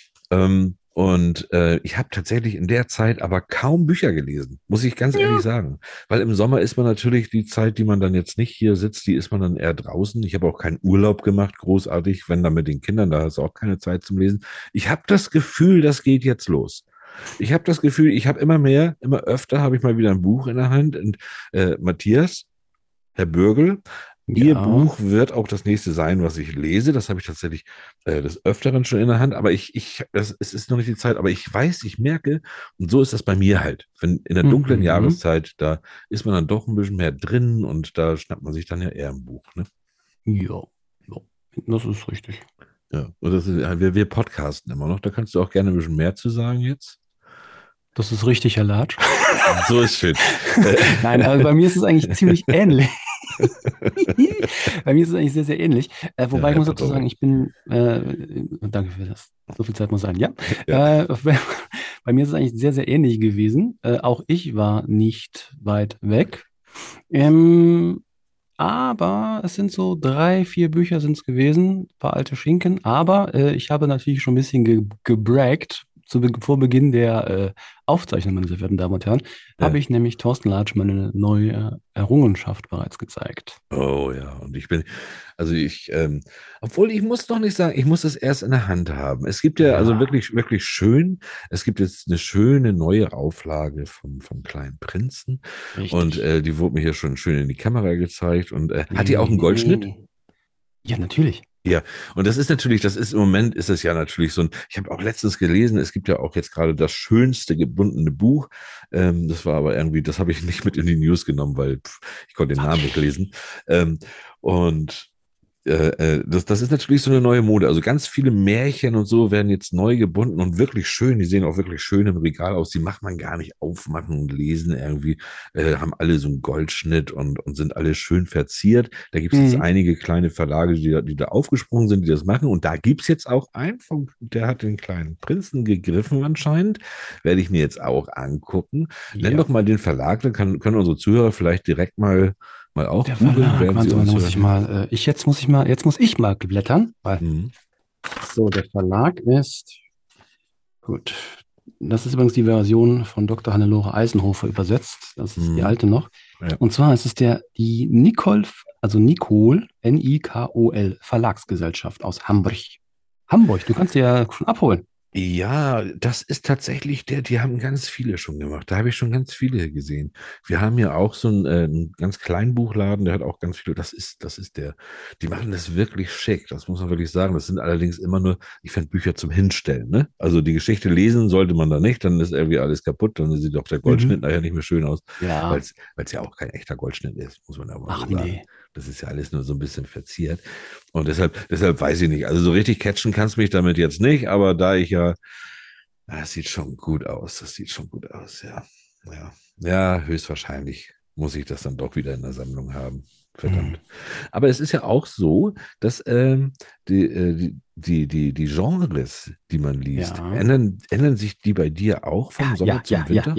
A: Ich habe tatsächlich in der Zeit aber kaum Bücher gelesen, muss ich ganz ehrlich sagen. Weil im Sommer ist man natürlich die Zeit, die man dann jetzt nicht hier sitzt, die ist man dann eher draußen. Ich habe auch keinen Urlaub gemacht, großartig, wenn dann mit den Kindern, da hast du auch keine Zeit zum Lesen. Ich habe das Gefühl, das geht jetzt los. Ich habe das Gefühl, ich habe immer öfter habe ich mal wieder ein Buch in der Hand. Und Matthias, Herr Bürgel, Ihr Buch wird auch das nächste sein, was ich lese. Das habe ich tatsächlich des Öfteren schon in der Hand. Aber es ist noch nicht die Zeit. Aber ich weiß, ich merke, und so ist das bei mir halt. Wenn in der dunklen Jahreszeit, da ist man dann doch ein bisschen mehr drin und da schnappt man sich dann ja eher ein Buch. Ne?
B: Ja, das ist richtig.
A: Ja, und das ist, wir podcasten immer noch. Da kannst du auch gerne ein bisschen mehr zu sagen jetzt.
B: Das ist richtig, Herr Latsch.
A: So ist schön.
B: Nein, aber bei mir ist es eigentlich ziemlich ähnlich. Bei mir ist es eigentlich sehr, sehr ähnlich. Wobei ich muss dazu sagen, ich bin, danke für das, so viel Zeit muss sein, ja. Bei mir ist es eigentlich sehr, sehr ähnlich gewesen. Auch ich war nicht weit weg. Aber es sind so 3, 4 Bücher sind es gewesen, ein paar alte Schinken. Aber ich habe natürlich schon ein bisschen gebraggt. Vor Beginn der Aufzeichnung, meine sehr verehrten Damen und Herren, habe ich nämlich Thorsten Latsch meine neue Errungenschaft bereits gezeigt.
A: Oh ja, und obwohl ich muss noch nicht sagen, ich muss es erst in der Hand haben. Es gibt ja also wirklich, wirklich schön, es gibt jetzt eine schöne neue Auflage vom Kleinen Prinzen. Richtig. Und die wurde mir hier schon schön in die Kamera gezeigt und hat die auch einen Goldschnitt?
B: Ja, natürlich.
A: Ja, und das ist im Moment ist es ja natürlich so ich habe auch letztens gelesen, es gibt ja auch jetzt gerade das schönste gebundene Buch, das war aber irgendwie, das habe ich nicht mit in die News genommen, weil ich konnte den Namen nicht lesen, und das ist natürlich so eine neue Mode. Also ganz viele Märchen und so werden jetzt neu gebunden und wirklich schön. Die sehen auch wirklich schön im Regal aus. Die macht man gar nicht aufmachen und lesen irgendwie. Haben alle so einen Goldschnitt und sind alle schön verziert. Da gibt es jetzt einige kleine Verlage, die da aufgesprungen sind, die das machen. Und da gibt es jetzt auch einen, der hat den kleinen Prinzen gegriffen anscheinend. Werde ich mir jetzt auch angucken. Nenn doch mal den Verlag, dann können unsere Zuhörer vielleicht direkt mal auch
B: Der
A: googeln,
B: Verlag,
A: während sie uns
B: muss ich
A: hören.
B: jetzt muss ich mal blättern, weil,
A: Mhm.
B: so, der Verlag ist, gut, das ist übrigens die Version von Dr. Hannelore Eisenhofer übersetzt, das ist die alte noch,
A: Ja.
B: und zwar ist es die Nicol, also Nicol, Nikol Verlagsgesellschaft aus Hamburg. Hamburg, du kannst dir ja schon abholen.
A: Ja, das ist tatsächlich die haben ganz viele schon gemacht. Da habe ich schon ganz viele gesehen. Wir haben ja auch so einen ganz kleinen Buchladen, der hat auch ganz viele. Das ist die machen das wirklich schick, das muss man wirklich sagen. Das sind allerdings immer nur, ich finde Bücher zum Hinstellen, ne? Also die Geschichte lesen sollte man da nicht, dann ist irgendwie alles kaputt, dann sieht auch der Goldschnitt nachher nicht mehr schön aus,
B: Ja.
A: weil es ja auch kein echter Goldschnitt ist, muss man aber
B: Ach
A: so sagen.
B: nee.
A: Das ist ja alles nur so ein bisschen verziert. Und deshalb weiß ich nicht. Also so richtig catchen kannst du mich damit jetzt nicht, aber das sieht schon gut aus. Das sieht schon gut aus, ja. Ja, höchstwahrscheinlich muss ich das dann doch wieder in der Sammlung haben. Verdammt. Aber es ist ja auch so, dass die Genres, die man liest,
B: Ja.
A: ändern sich die bei dir auch vom Sommer zum Winter?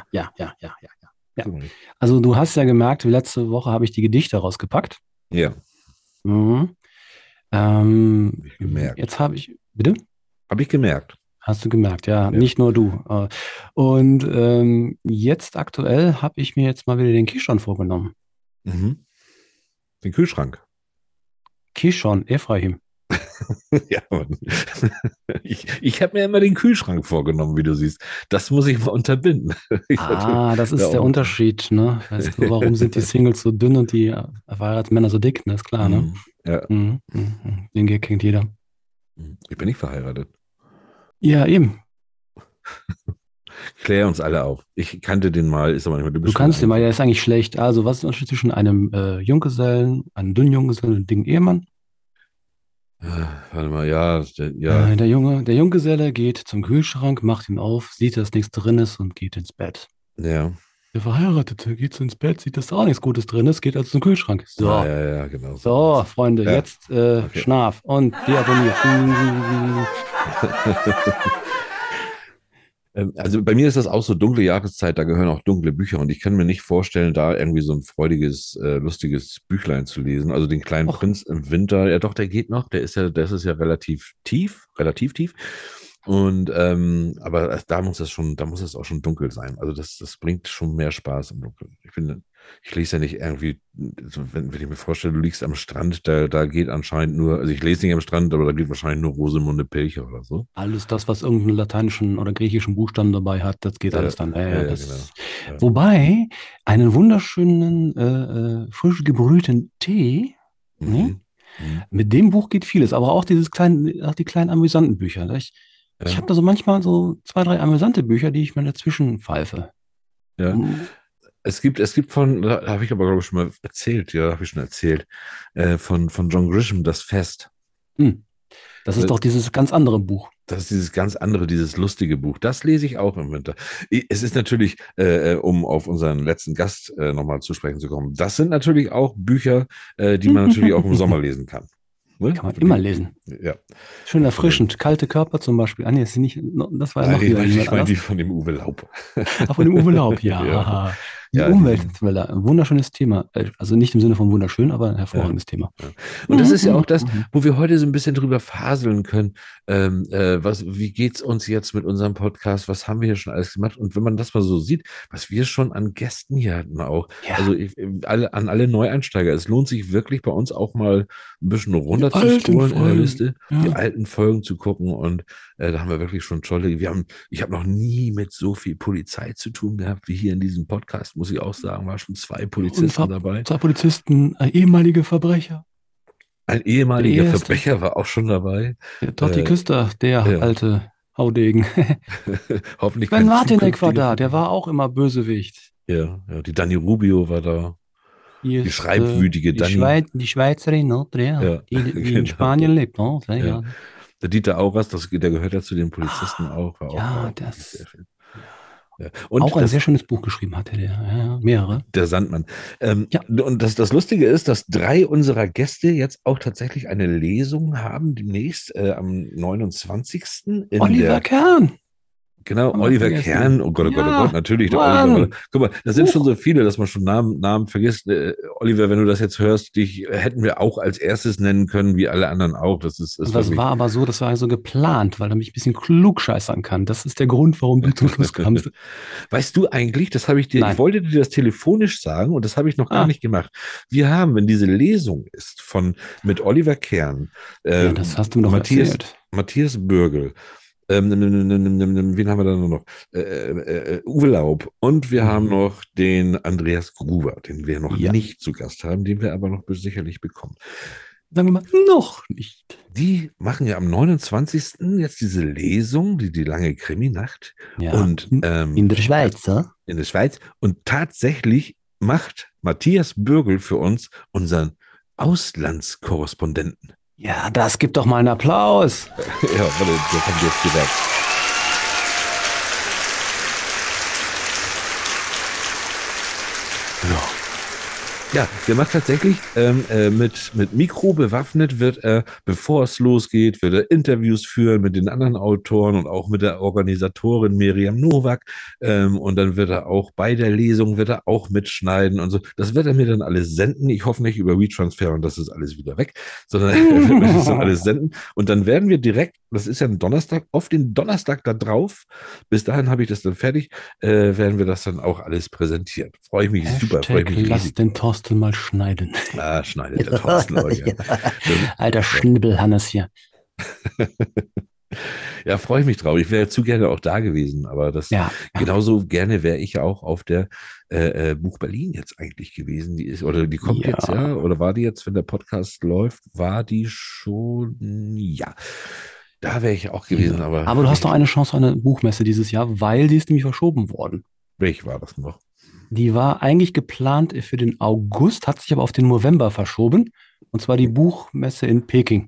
B: Ja. Also du hast ja gemerkt, letzte Woche habe ich die Gedichte rausgepackt.
A: Ja,
B: Mhm.
A: hab ich gemerkt.
B: Jetzt bitte?
A: Habe ich gemerkt.
B: Hast du gemerkt, ja,
A: Ja.
B: nicht nur du. Und jetzt aktuell habe ich mir jetzt mal wieder den Kishon vorgenommen.
A: Mhm. Den Kühlschrank.
B: Kishon, Ephraim.
A: Ja, Mann. Ich habe mir immer den Kühlschrank vorgenommen, wie du siehst. Das muss ich mal unterbinden.
B: Das ist der Unterschied, ne? Weißt du, warum sind die Singles so dünn und die verheirateten Männer so dick? Ne, ist klar, ne?
A: Ja.
B: Den Gag kennt jeder.
A: Ich bin nicht verheiratet.
B: Ja, eben.
A: Klär uns alle auf. Ich kannte den mal, ist aber nicht mehr.
B: Du kannst den mal, der ist eigentlich schlecht. Also, was ist der Unterschied zwischen einem Junggesellen, einem dünnen Junggesellen und einem dicken Ehemann?
A: Warte mal, ja.
B: Der Junggeselle geht zum Kühlschrank, macht ihn auf, sieht, dass nichts drin ist und geht ins Bett.
A: Ja.
B: Der Verheiratete geht ins Bett, sieht, dass da auch nichts Gutes drin ist, geht also zum Kühlschrank. So,
A: Ja, genau.
B: so, Freunde,
A: Ja.
B: jetzt Schlaf und deabonniert.
A: Also bei mir ist das auch so dunkle Jahreszeit, da gehören auch dunkle Bücher und ich kann mir nicht vorstellen, da irgendwie so ein freudiges, lustiges Büchlein zu lesen. Also den kleinen
B: Och.
A: Prinz im Winter, ja doch, der geht noch, das ist ja relativ tief. Und aber da muss es auch schon dunkel sein. Also das bringt schon mehr Spaß im Dunkeln. Ich lese ja nicht irgendwie, wenn ich mir vorstelle, du liegst am Strand, da geht anscheinend nur, also ich lese nicht am Strand, aber da geht wahrscheinlich nur Rosamunde Pilcher oder so.
B: Alles das, was irgendeinen lateinischen oder griechischen Buchstaben dabei hat, das geht alles dann.
A: Genau. Ja.
B: Wobei, einen wunderschönen, frisch gebrühten Tee, ne? Mit dem Buch geht vieles, aber auch die kleinen amüsanten Bücher. Ich habe da so manchmal so 2, 3 amüsante Bücher, die ich mir dazwischen pfeife.
A: Ja. Es gibt da habe ich aber, glaube ich, schon mal erzählt, von John Grisham, Das Fest.
B: Das ist doch dieses ganz andere Buch.
A: Das ist dieses ganz andere, dieses lustige Buch. Das lese ich auch im Winter. Es ist natürlich, um auf unseren letzten Gast nochmal zu sprechen zu kommen, das sind natürlich auch Bücher, die man natürlich auch im Sommer lesen kann. Ne?
B: Kann man immer lesen.
A: Ja.
B: Schön erfrischend. Kalte Körper zum Beispiel. Nee, das war ja noch
A: Ich
B: wieder
A: meine
B: jemand
A: die
B: anders.
A: von dem Uwe Laub.
B: Von dem Uwe Laub, ja.
A: Ja.
B: Die
A: Ja,
B: Umweltthriller, ein wunderschönes Thema. Also nicht im Sinne von wunderschön, aber ein hervorragendes Thema.
A: Und das ist ja auch das, wo wir heute so ein bisschen drüber faseln können. Wie geht's uns jetzt mit unserem Podcast? Was haben wir hier schon alles gemacht? Und wenn man das mal so sieht, was wir schon an Gästen hier hatten auch.
B: Ja.
A: Also an alle Neueinsteiger. Es lohnt sich wirklich bei uns auch mal ein bisschen runter zu
B: alten
A: scrollen in der
B: Folgen.
A: Liste,
B: Ja.
A: die alten Folgen zu gucken. Und da haben wir wirklich schon tolle. Ich habe noch nie mit so viel Polizei zu tun gehabt wie hier in diesem Podcast, muss ich auch sagen. War schon 2 Polizisten dabei.
B: 2 Polizisten, ehemalige Verbrecher.
A: Ein ehemaliger
B: Der erste.
A: Verbrecher war auch schon dabei.
B: Der Totti Küster, der
A: ja.
B: alte Haudegen.
A: Hoffentlich
B: Ben
A: kein
B: Martinek war
A: zukünftiger
B: da, der war auch immer Bösewicht.
A: Ja, die Dani Rubio war da.
B: Hier
A: Die
B: ist,
A: schreibwütige Dani.
B: Die Schweizerin, oder? Ja,
A: Ja,
B: die in
A: genau.
B: Spanien lebt, oder?
A: Ja.
B: Ja,
A: Der Dieter Auras, der gehört ja zu den Polizisten auch, war
B: ja,
A: auch sehr schön.
B: ja.
A: Ja.
B: Auch
A: Und
B: ein
A: das
B: sehr schönes Buch geschrieben hatte der. Ja, mehrere.
A: Der Sandmann.
B: Ja.
A: Und das Lustige ist, dass 3 unserer Gäste jetzt auch tatsächlich eine Lesung haben, demnächst am 29. in
B: Oliver
A: der,
B: Kern.
A: genau,
B: Haben wir
A: Oliver
B: vergessen.
A: Kern, oh Gott, oh Gott, oh
B: Ja,
A: Gott, natürlich, der Oliver.
B: Mann.
A: Guck mal, das sind schon so viele, dass man schon Namen vergisst. Oliver, wenn du das jetzt hörst, dich hätten wir auch als erstes nennen können, wie alle anderen auch. Das ist
B: Und das
A: wirklich.
B: war aber so, das war also geplant, weil er mich ein bisschen klugscheißern kann. Das ist der Grund, warum du zum Schluss kamst.
A: Weißt du eigentlich, das habe ich dir, ich
B: Nein.
A: wollte dir das telefonisch sagen und das habe ich noch gar nicht gemacht. Wir haben, wenn diese Lesung ist mit Oliver Kern,
B: Ja, das hast du mir doch erzählt.
A: Matthias Bürgel, wen haben wir da noch? Uwe Laub und wir haben noch den Andreas Gruber, den wir noch nicht zu Gast haben, den wir aber noch sicherlich bekommen.
B: Sagen wir mal, noch nicht.
A: Die machen ja am 29. jetzt diese Lesung, die lange Krimi-Nacht.
B: Ja.
A: Und,
B: in der Schweiz, ja?
A: In der Schweiz. Und tatsächlich macht Matthias Bürgel für uns unseren Auslandskorrespondenten.
B: Ja, das gibt doch mal einen Applaus.
A: Ja, warte, der kommt jetzt direkt. Ja, der macht tatsächlich mit Mikro bewaffnet, wird er, bevor es losgeht, wird er Interviews führen mit den anderen Autoren und auch mit der Organisatorin Miriam Nowak. Und dann wird er auch bei der Lesung, wird er auch mitschneiden und so. Das wird er mir dann alles senden. Ich hoffe nicht über WeTransfer und das ist alles wieder weg, sondern er wird mir das dann alles senden. Und dann werden wir direkt, das ist ja ein Donnerstag, auf den Donnerstag da drauf, bis dahin habe ich das dann fertig, werden wir das dann auch alles präsentieren. Freue ich mich super, freue ich mich
B: Lass
A: riesig.
B: den Thorsten mal schneiden.
A: Ah, schneidet der Thorsten. Ja.
B: Alter Schnibbelhannes hier.
A: Ja, freue ich mich drauf. Ich wäre zu gerne auch da gewesen, aber genauso gerne wäre ich auch auf der Buch Berlin jetzt eigentlich gewesen. Die kommt jetzt, oder war die jetzt, wenn der Podcast läuft, war die schon, ja. Da wäre ich auch gewesen, aber
B: du hast noch eine Chance auf eine Buchmesse dieses Jahr, weil die ist nämlich verschoben worden.
A: Welche war das noch?
B: Die war eigentlich geplant für den August, hat sich aber auf den November verschoben. Und zwar die Buchmesse in Peking.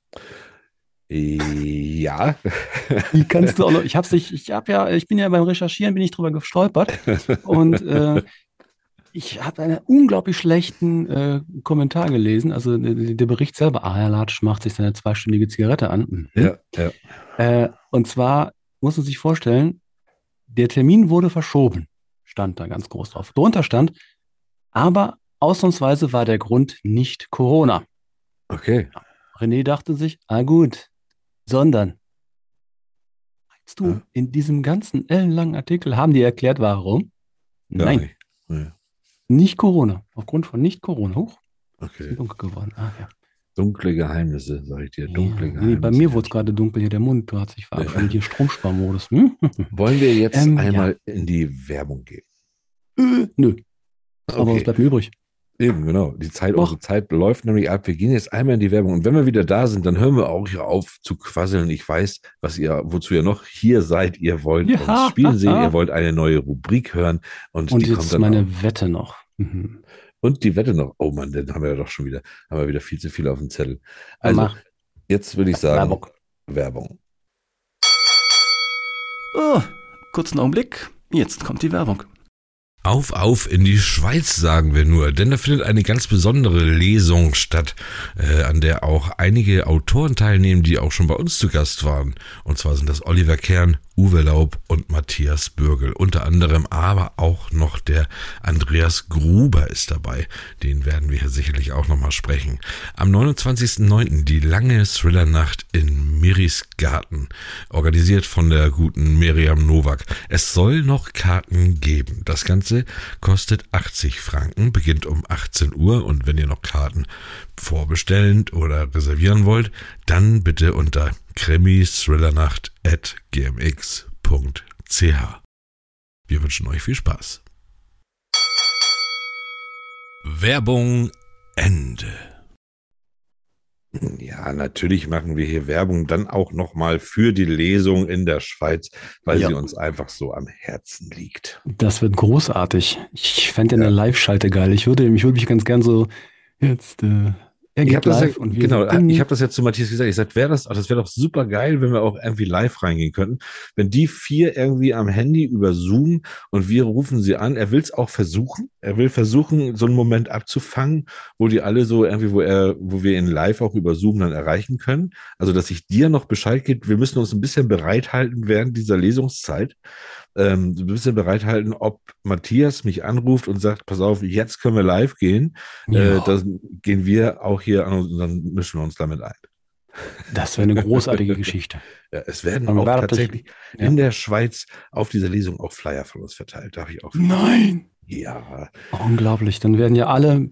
A: Ja.
B: Die kannst du auch noch. Ich bin ja beim Recherchieren, bin ich drüber gestolpert. Und ich habe einen unglaublich schlechten Kommentar gelesen. Also der Bericht selber, Herr Latsch macht sich seine 2-stündige Zigarette an.
A: Ja.
B: Und zwar muss man sich vorstellen, der Termin wurde verschoben. Stand da ganz groß drauf. Drunter stand, aber ausnahmsweise war der Grund nicht Corona.
A: Okay.
B: René dachte sich, gut, sondern, meinst du, in diesem ganzen ellenlangen Artikel haben die erklärt, warum? Nein.
A: Ja.
B: Nicht Corona. Aufgrund von nicht Corona.
A: Okay.
B: Ist dunkel geworden. Ja.
A: Dunkle Geheimnisse, sage ich dir. Dunkle Geheimnisse.
B: Bei mir wurde es gerade dunkel hier. Der Mund hat sich verabschiedet. Hier Stromsparmodus.
A: Wollen wir jetzt einmal in die Werbung gehen?
B: Nö. Aber was bleibt mir übrig?
A: Eben, genau. Unsere Zeit läuft nämlich ab. Wir gehen jetzt einmal in die Werbung. Und wenn wir wieder da sind, dann hören wir auch hier auf zu quasseln. Ich weiß, wozu ihr noch hier seid. Ihr wollt uns spielen sehen. Ihr wollt eine neue Rubrik hören. Und die
B: jetzt
A: kommt dann
B: meine Wette noch.
A: Und die Wette noch. Oh Mann, dann haben wir ja doch schon wieder viel zu viel auf dem Zettel. Also, jetzt würde ich sagen, Werbung.
B: Oh, kurzen Augenblick. Jetzt kommt die Werbung.
A: Auf in die Schweiz, sagen wir nur, denn da findet eine ganz besondere Lesung statt, an der auch einige Autoren teilnehmen, die auch schon bei uns zu Gast waren. Und zwar sind das Oliver Kern, Uwe Laub und Matthias Bürgel. Unter anderem aber auch noch der Andreas Gruber ist dabei. Den werden wir hier sicherlich auch nochmal sprechen. Am 29.09. die lange Thriller-Nacht in Miris Garten, organisiert von der guten Miriam Nowak. Es soll noch Karten geben. Das Ganze kostet 80 Franken, beginnt um 18 Uhr und wenn ihr noch Karten vorbestellen oder reservieren wollt, dann bitte unter krimithriller-nacht@gmx.ch. Wir wünschen euch viel Spaß. Werbung Ende. Ja, natürlich machen wir hier Werbung dann auch nochmal für die Lesung in der Schweiz, weil
B: Ja.
A: sie uns einfach so am Herzen liegt.
B: Das wird großartig. Ich fände
A: Ja.
B: eine Live-Schalte geil. Ich würde mich ganz gern so jetzt, er
A: Ich
B: geht
A: habe das ja,
B: live und wir
A: genau,
B: sind
A: ich habe das ja zu Matthias gesagt. Ich sagte, das wäre doch super geil, wenn wir auch irgendwie live reingehen könnten. Wenn die 4 irgendwie am Handy über Zoom und wir rufen sie an. Er will es auch versuchen. Er will versuchen, so einen Moment abzufangen, wo die alle so irgendwie, wo wir ihn live auch über Zoom dann erreichen können. Also, dass ich dir noch Bescheid gebe. Wir müssen uns ein bisschen bereithalten während dieser Lesungszeit. So ein bisschen bereithalten, ob Matthias mich anruft und sagt, pass auf, jetzt können wir live gehen.
B: Ja.
A: Dann gehen wir auch hier an und dann mischen wir uns damit ein.
B: Das wäre eine großartige Geschichte.
A: Ja, es werden
B: Man
A: auch
B: wartet
A: tatsächlich
B: ja.
A: in der Schweiz auf dieser Lesung auch Flyer von uns verteilt. Darf ich auch?
B: Nein!
A: Ja,
B: Unglaublich. Dann werden ja alle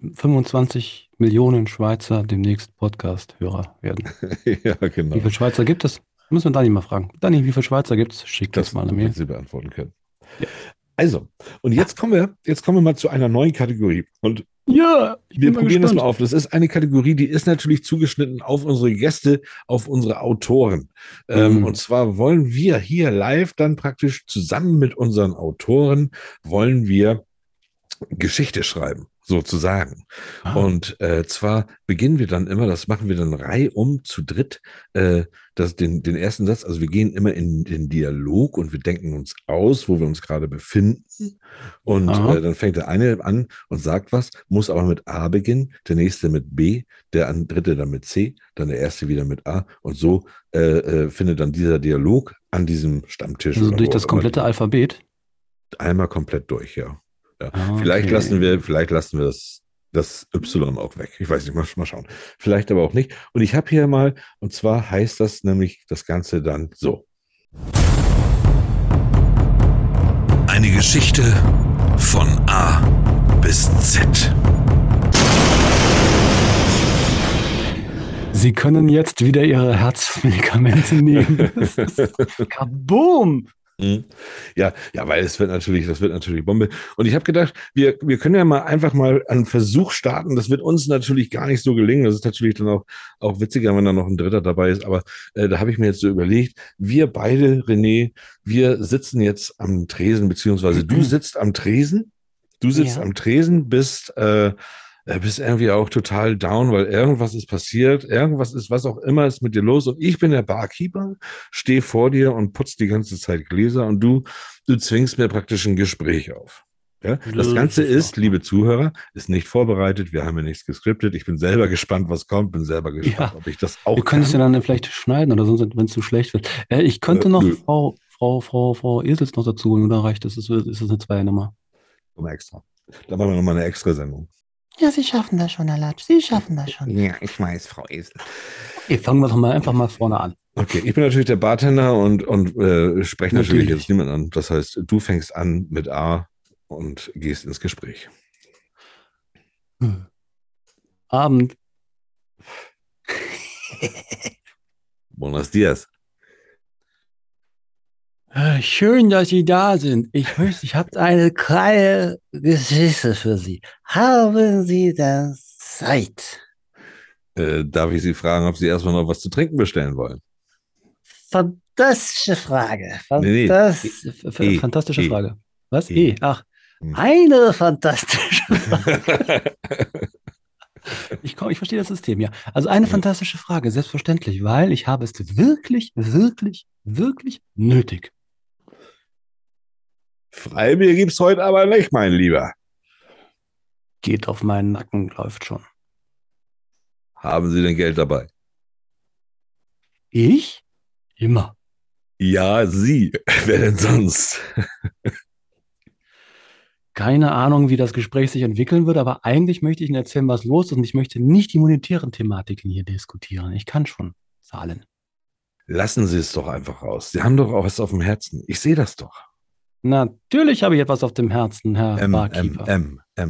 B: 25 Millionen Schweizer demnächst Podcast-Hörer werden.
A: ja, genau.
B: Wie viele Schweizer gibt es? Müssen wir Dani mal fragen. Dani, wie viele Schweizer gibt es? Schickt uns
A: Das
B: mal eine
A: wird
B: Mail.
A: sie beantworten können.
B: Ja.
A: Also, und jetzt kommen wir mal zu einer neuen Kategorie. Und
B: Ja, ich
A: wir
B: bin mal
A: probieren das
B: gespannt.
A: mal auf. Das ist eine Kategorie, die ist natürlich zugeschnitten auf unsere Gäste, auf unsere Autoren. Und zwar wollen wir hier live dann praktisch zusammen mit unseren Autoren wollen wir Geschichte schreiben, sozusagen.
B: Ah.
A: Und zwar beginnen wir dann immer, das machen wir dann reihum zu dritt, den ersten Satz, also wir gehen immer in den Dialog und wir denken uns aus, wo wir uns gerade befinden. Und
B: Aha.
A: dann fängt der eine an und sagt was, muss aber mit A beginnen, der nächste mit B, der dritte dann mit C, dann der erste wieder mit A. Und so findet dann dieser Dialog an diesem Stammtisch.
B: Also
A: oder
B: durch
A: wo
B: das
A: auch immer
B: komplette Alphabet.
A: einmal komplett durch, ja. Ja.
B: Ah,
A: Vielleicht
B: okay.
A: lassen wir das Y auch weg. Ich weiß nicht, mal schauen. Vielleicht aber auch nicht. Und ich habe hier mal, und zwar heißt das nämlich das Ganze dann so.
G: Eine Geschichte von A bis Z.
B: Sie können jetzt wieder Ihre Herzmedikamente nehmen. Das ist Kaboom!
A: Ja, weil das wird natürlich Bombe. Und ich habe gedacht, wir können ja einfach mal einen Versuch starten. Das wird uns natürlich gar nicht so gelingen. Das ist natürlich dann auch witziger, wenn da noch ein Dritter dabei ist. Aber da habe ich mir jetzt so überlegt, wir beide, René, wir sitzen jetzt am Tresen, beziehungsweise du sitzt am Tresen. Du sitzt
E: Ja.
A: am Tresen, bist irgendwie auch total down, weil irgendwas ist passiert, irgendwas ist, was auch immer ist mit dir los. Und ich bin der Barkeeper, stehe vor dir und putze die ganze Zeit Gläser und du zwingst mir praktisch ein Gespräch auf. Ja? Das
B: Das
A: Ganze
B: ist
A: ist, liebe Zuhörer, ist nicht vorbereitet. Wir haben ja nichts geskriptet. Ich bin selber gespannt, was kommt. Bin selber gespannt,
B: Ja.
A: ob ich das auch
B: Wir können es ja
A: kann.
B: dann vielleicht schneiden oder sonst, wenn es zu schlecht wird. Ich könnte noch
A: Nö.
B: Frau Esels noch dazu holen, oder reicht das? Ist das eine Zweiernummer?
A: Mal extra. Da machen wir nochmal eine extra Sendung.
E: Ja, Sie schaffen das schon, Herr Latsch. Sie schaffen das schon.
F: Ja, ich weiß, Frau Esel.
B: Okay, fangen wir doch mal einfach mal vorne an.
A: Okay, ich bin natürlich der Bartender und spreche natürlich
B: Natürlich.
A: jetzt niemand an. Das heißt, du fängst an mit A und gehst ins Gespräch.
B: Abend.
A: Buenos dias.
B: Schön, dass Sie da sind. Ich habe eine kleine Geschichte für Sie. Haben Sie denn Zeit?
A: Darf ich Sie fragen, ob Sie erstmal noch was zu trinken bestellen wollen?
E: Fantastische Frage.
A: Nee.
B: Fantastische
A: E.
B: Frage. Was?
A: E.
B: Ach,
E: Eine fantastische Frage.
B: ich verstehe das System, ja. Also eine fantastische Frage, selbstverständlich, weil ich habe es wirklich, wirklich, wirklich nötig.
A: Freibier gibt's heute aber nicht, mein Lieber.
B: Geht auf meinen Nacken, läuft schon.
A: Haben Sie denn Geld dabei?
B: Ich? Immer.
A: Ja, Sie. Wer denn sonst?
B: Keine Ahnung, wie das Gespräch sich entwickeln wird, aber eigentlich möchte ich Ihnen erzählen, was los ist und ich möchte nicht die monetären Thematiken hier diskutieren. Ich kann schon zahlen.
A: Lassen Sie es doch einfach raus. Sie haben doch auch was auf dem Herzen. Ich sehe das doch.
B: Natürlich habe ich etwas auf dem Herzen, Herr
A: M.
B: Barkeeper.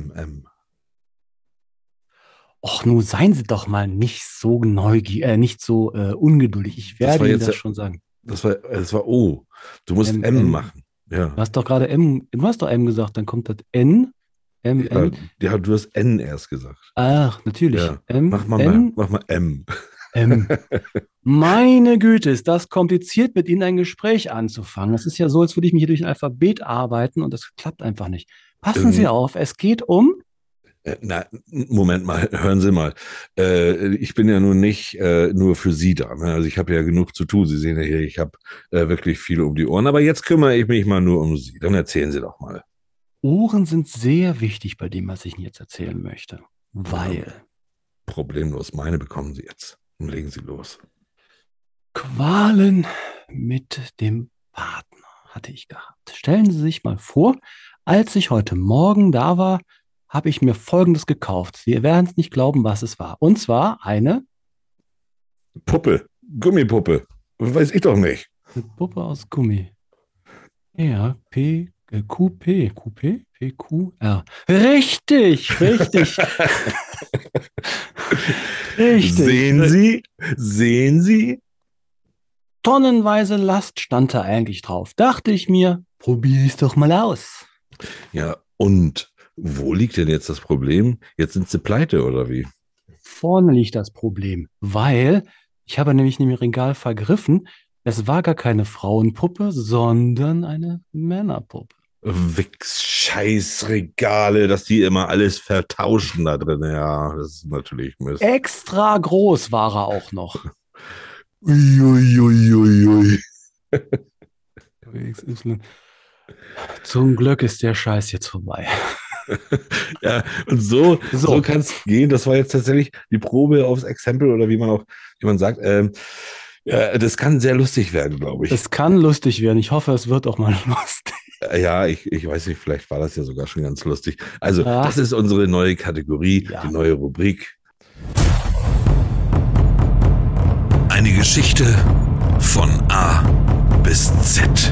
B: Och, nun seien Sie doch mal nicht so nicht so ungeduldig. Ich werde
A: war
B: Ihnen
A: jetzt
B: das schon sagen.
A: Das war O. Du musst
B: M.
A: M machen. Ja.
B: Du hast doch gerade M, du hast doch M gesagt, dann kommt das N. M,
A: Ja,
B: N.
A: ja, du hast N erst gesagt.
B: Ach, natürlich.
A: Ja.
B: M,
A: Mach mal
B: N.
A: M.
B: Meine Güte, ist das kompliziert, mit Ihnen ein Gespräch anzufangen. Das ist ja so, als würde ich mich hier durch ein Alphabet arbeiten und das klappt einfach nicht. Passen Sie auf, es geht um.
A: Moment mal, hören Sie mal. Ich bin ja nun nicht nur für Sie da. Ne? Also ich habe ja genug zu tun. Sie sehen ja hier, ich habe wirklich viel um die Ohren. Aber jetzt kümmere ich mich mal nur um Sie. Dann erzählen Sie doch mal.
B: Ohren sind sehr wichtig bei dem, was ich Ihnen jetzt erzählen möchte. Weil
A: Problemlos. Meine bekommen Sie jetzt. Und legen Sie los.
B: Qualen mit dem Partner hatte ich gehabt. Stellen Sie sich mal vor, als ich heute Morgen da war, habe ich mir Folgendes gekauft. Sie werden es nicht glauben, was es war. Und zwar eine
A: Puppe. Gummipuppe. Weiß ich doch nicht.
B: Puppe aus Gummi. Ja, QP. PQR. Richtig. Richtig.
A: Sehen Sie?
B: Tonnenweise Last stand da eigentlich drauf. Dachte ich mir, probiere es doch mal aus.
A: Ja, und wo liegt denn jetzt das Problem? Jetzt sind Sie pleite, oder wie?
B: Vorne liegt das Problem, weil ich habe nämlich in dem Regal vergriffen, es war gar keine Frauenpuppe, sondern eine Männerpuppe.
A: Scheißregale, dass die immer alles vertauschen da drin. Ja, das ist natürlich Mist.
B: Extra groß war er auch noch.
A: Uiuiuiui.
B: Zum Glück ist der Scheiß jetzt vorbei.
A: Ja, und so kann es gehen. Das war jetzt tatsächlich die Probe aufs Exempel oder wie man sagt. Ja, das kann sehr lustig werden, glaube ich.
B: Es kann lustig werden. Ich hoffe, es wird auch mal lustig.
A: Ja, ich weiß nicht, vielleicht war das ja sogar schon ganz lustig. Also, das ist unsere neue Kategorie, die neue Rubrik.
G: Eine Geschichte von A bis Z.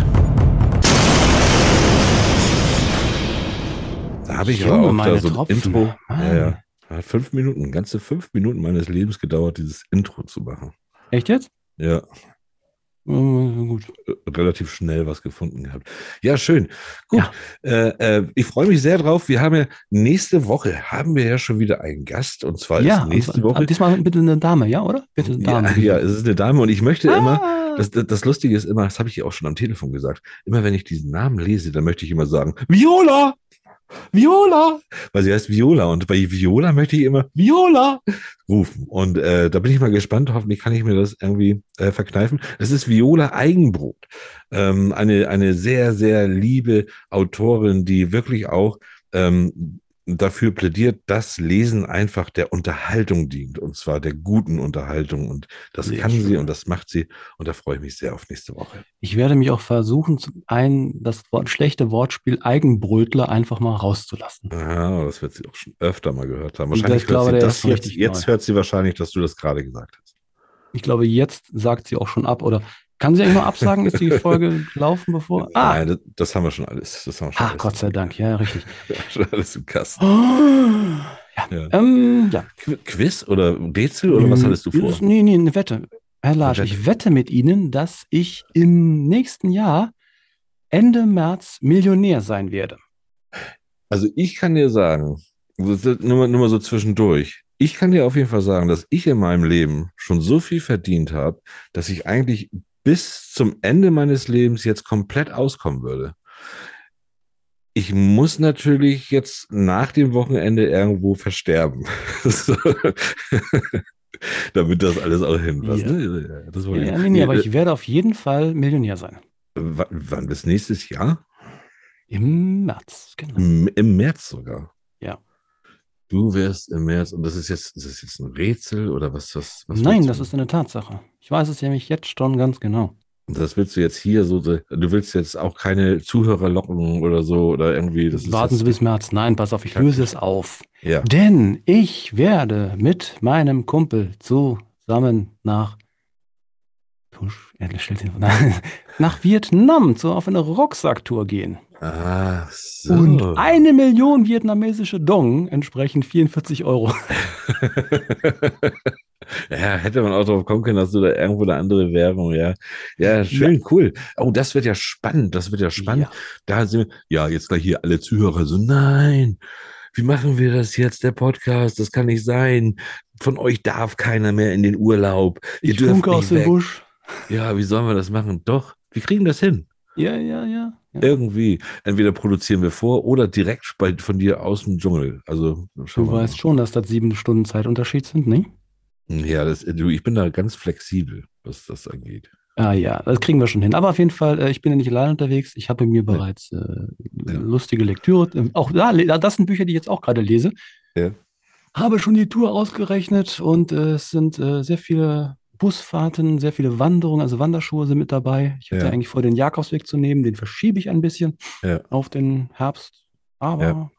A: Da habe ich aber auch da so ein Intro. Ja. Hat 5 Minuten, ganze 5 Minuten meines Lebens gedauert, dieses Intro zu machen.
B: Echt jetzt?
A: Ja.
B: Gut.
A: Relativ schnell was gefunden gehabt. Ja, schön. Gut. Ja. Ich freue mich sehr drauf. Wir haben ja nächste Woche schon wieder einen Gast. Und zwar ist nächste Woche.
B: Diesmal bitte eine Dame, ja, oder? Bitte eine Dame.
A: Ja, es ist eine Dame. Und ich möchte immer, das Lustige ist immer, das habe ich ihr auch schon am Telefon gesagt, immer wenn ich diesen Namen lese, dann möchte ich immer sagen, Viola! Viola! Weil sie heißt Viola und bei Viola möchte ich immer Viola rufen. Und da bin ich mal gespannt, hoffentlich kann ich mir das irgendwie verkneifen. Das ist Viola Eigenbrot. Eine sehr, sehr liebe Autorin, die wirklich auch dafür plädiert, dass Lesen einfach der Unterhaltung dient, und zwar der guten Unterhaltung. Und das kann sie und das macht sie. Und da freue ich mich sehr auf nächste Woche.
B: Ich werde mich auch versuchen, das schlechte Wortspiel Eigenbrötler einfach mal rauszulassen.
A: Ja, das wird sie auch schon öfter mal gehört haben. Wahrscheinlich hört sie das jetzt hört sie wahrscheinlich, dass du das gerade gesagt hast.
B: Ich glaube, jetzt sagt sie auch schon ab. Oder kann sie eigentlich noch absagen? Ist die Folge gelaufen bevor?
A: Nein, das haben wir schon alles.
B: Gott sei Dank. Ja, richtig.
A: Schon alles im Kasten.
B: Ja.
A: Quiz oder Rätsel oder was hattest du vor?
B: Nee, eine Wette. Herr Latsch, ich wette mit Ihnen, dass ich im nächsten Jahr Ende März Millionär sein werde.
A: Also ich kann dir sagen, nur mal so zwischendurch, ich kann dir auf jeden Fall sagen, dass ich in meinem Leben schon so viel verdient habe, dass ich eigentlich bis zum Ende meines Lebens jetzt komplett auskommen würde. Ich muss natürlich jetzt nach dem Wochenende irgendwo versterben. Damit das alles auch hinpasst.
B: Ja. Nee, aber ich werde auf jeden Fall Millionär sein.
A: Wann bis nächstes Jahr?
B: Im März, genau.
A: Im März sogar?
B: Ja.
A: Du wärst im März, und ist das jetzt ein Rätsel oder was?
B: Nein, das ist eine Tatsache. Ich weiß es nämlich jetzt schon ganz genau.
A: Und das willst du jetzt hier so, du willst jetzt auch keine Zuhörer locken oder so oder irgendwie.
B: Warten Sie bis März. Nein, pass auf, ich löse es auf.
A: Ja.
B: Denn ich werde mit meinem Kumpel zusammen nach Vietnam auf eine Rucksacktour gehen.
A: Ah, so.
B: Und 1 Million vietnamesische Dong entsprechen 44 €.
A: Ja, hätte man auch drauf kommen können, dass du da irgendwo eine andere Währung, ja. Ja, schön, cool. Oh, das wird ja spannend, Ja. Da sind wir, jetzt gleich hier alle Zuhörer so, nein, wie machen wir das jetzt, der Podcast? Das kann nicht sein. von euch darf keiner mehr in den Urlaub. Ihr
B: Ich
A: dürft
B: funke aus
A: nicht
B: dem
A: weg.
B: Busch.
A: Ja, wie sollen wir das machen? Doch, wir kriegen das hin.
B: Ja.
A: Irgendwie. Entweder produzieren wir vor oder direkt von dir aus dem Dschungel. Also schauen
B: Du
A: wir
B: weißt
A: mal.
B: schon, dass das 7 Stunden Zeitunterschied sind, ne?
A: Ja, ich bin da ganz flexibel, was das angeht.
B: Ah ja, das kriegen wir schon hin. Aber auf jeden Fall, ich bin ja nicht allein unterwegs. Ich habe mir bereits lustige Lektüre. Auch das sind Bücher, die ich jetzt auch gerade lese.
A: Ja.
B: Habe schon die Tour ausgerechnet und es sind sehr viele Busfahrten, sehr viele Wanderungen, also Wanderschuhe sind mit dabei. Ich hatte
A: Ja.
B: eigentlich vor, den Jakobsweg zu nehmen, den verschiebe ich ein bisschen
A: Ja.
B: auf den Herbst. Aber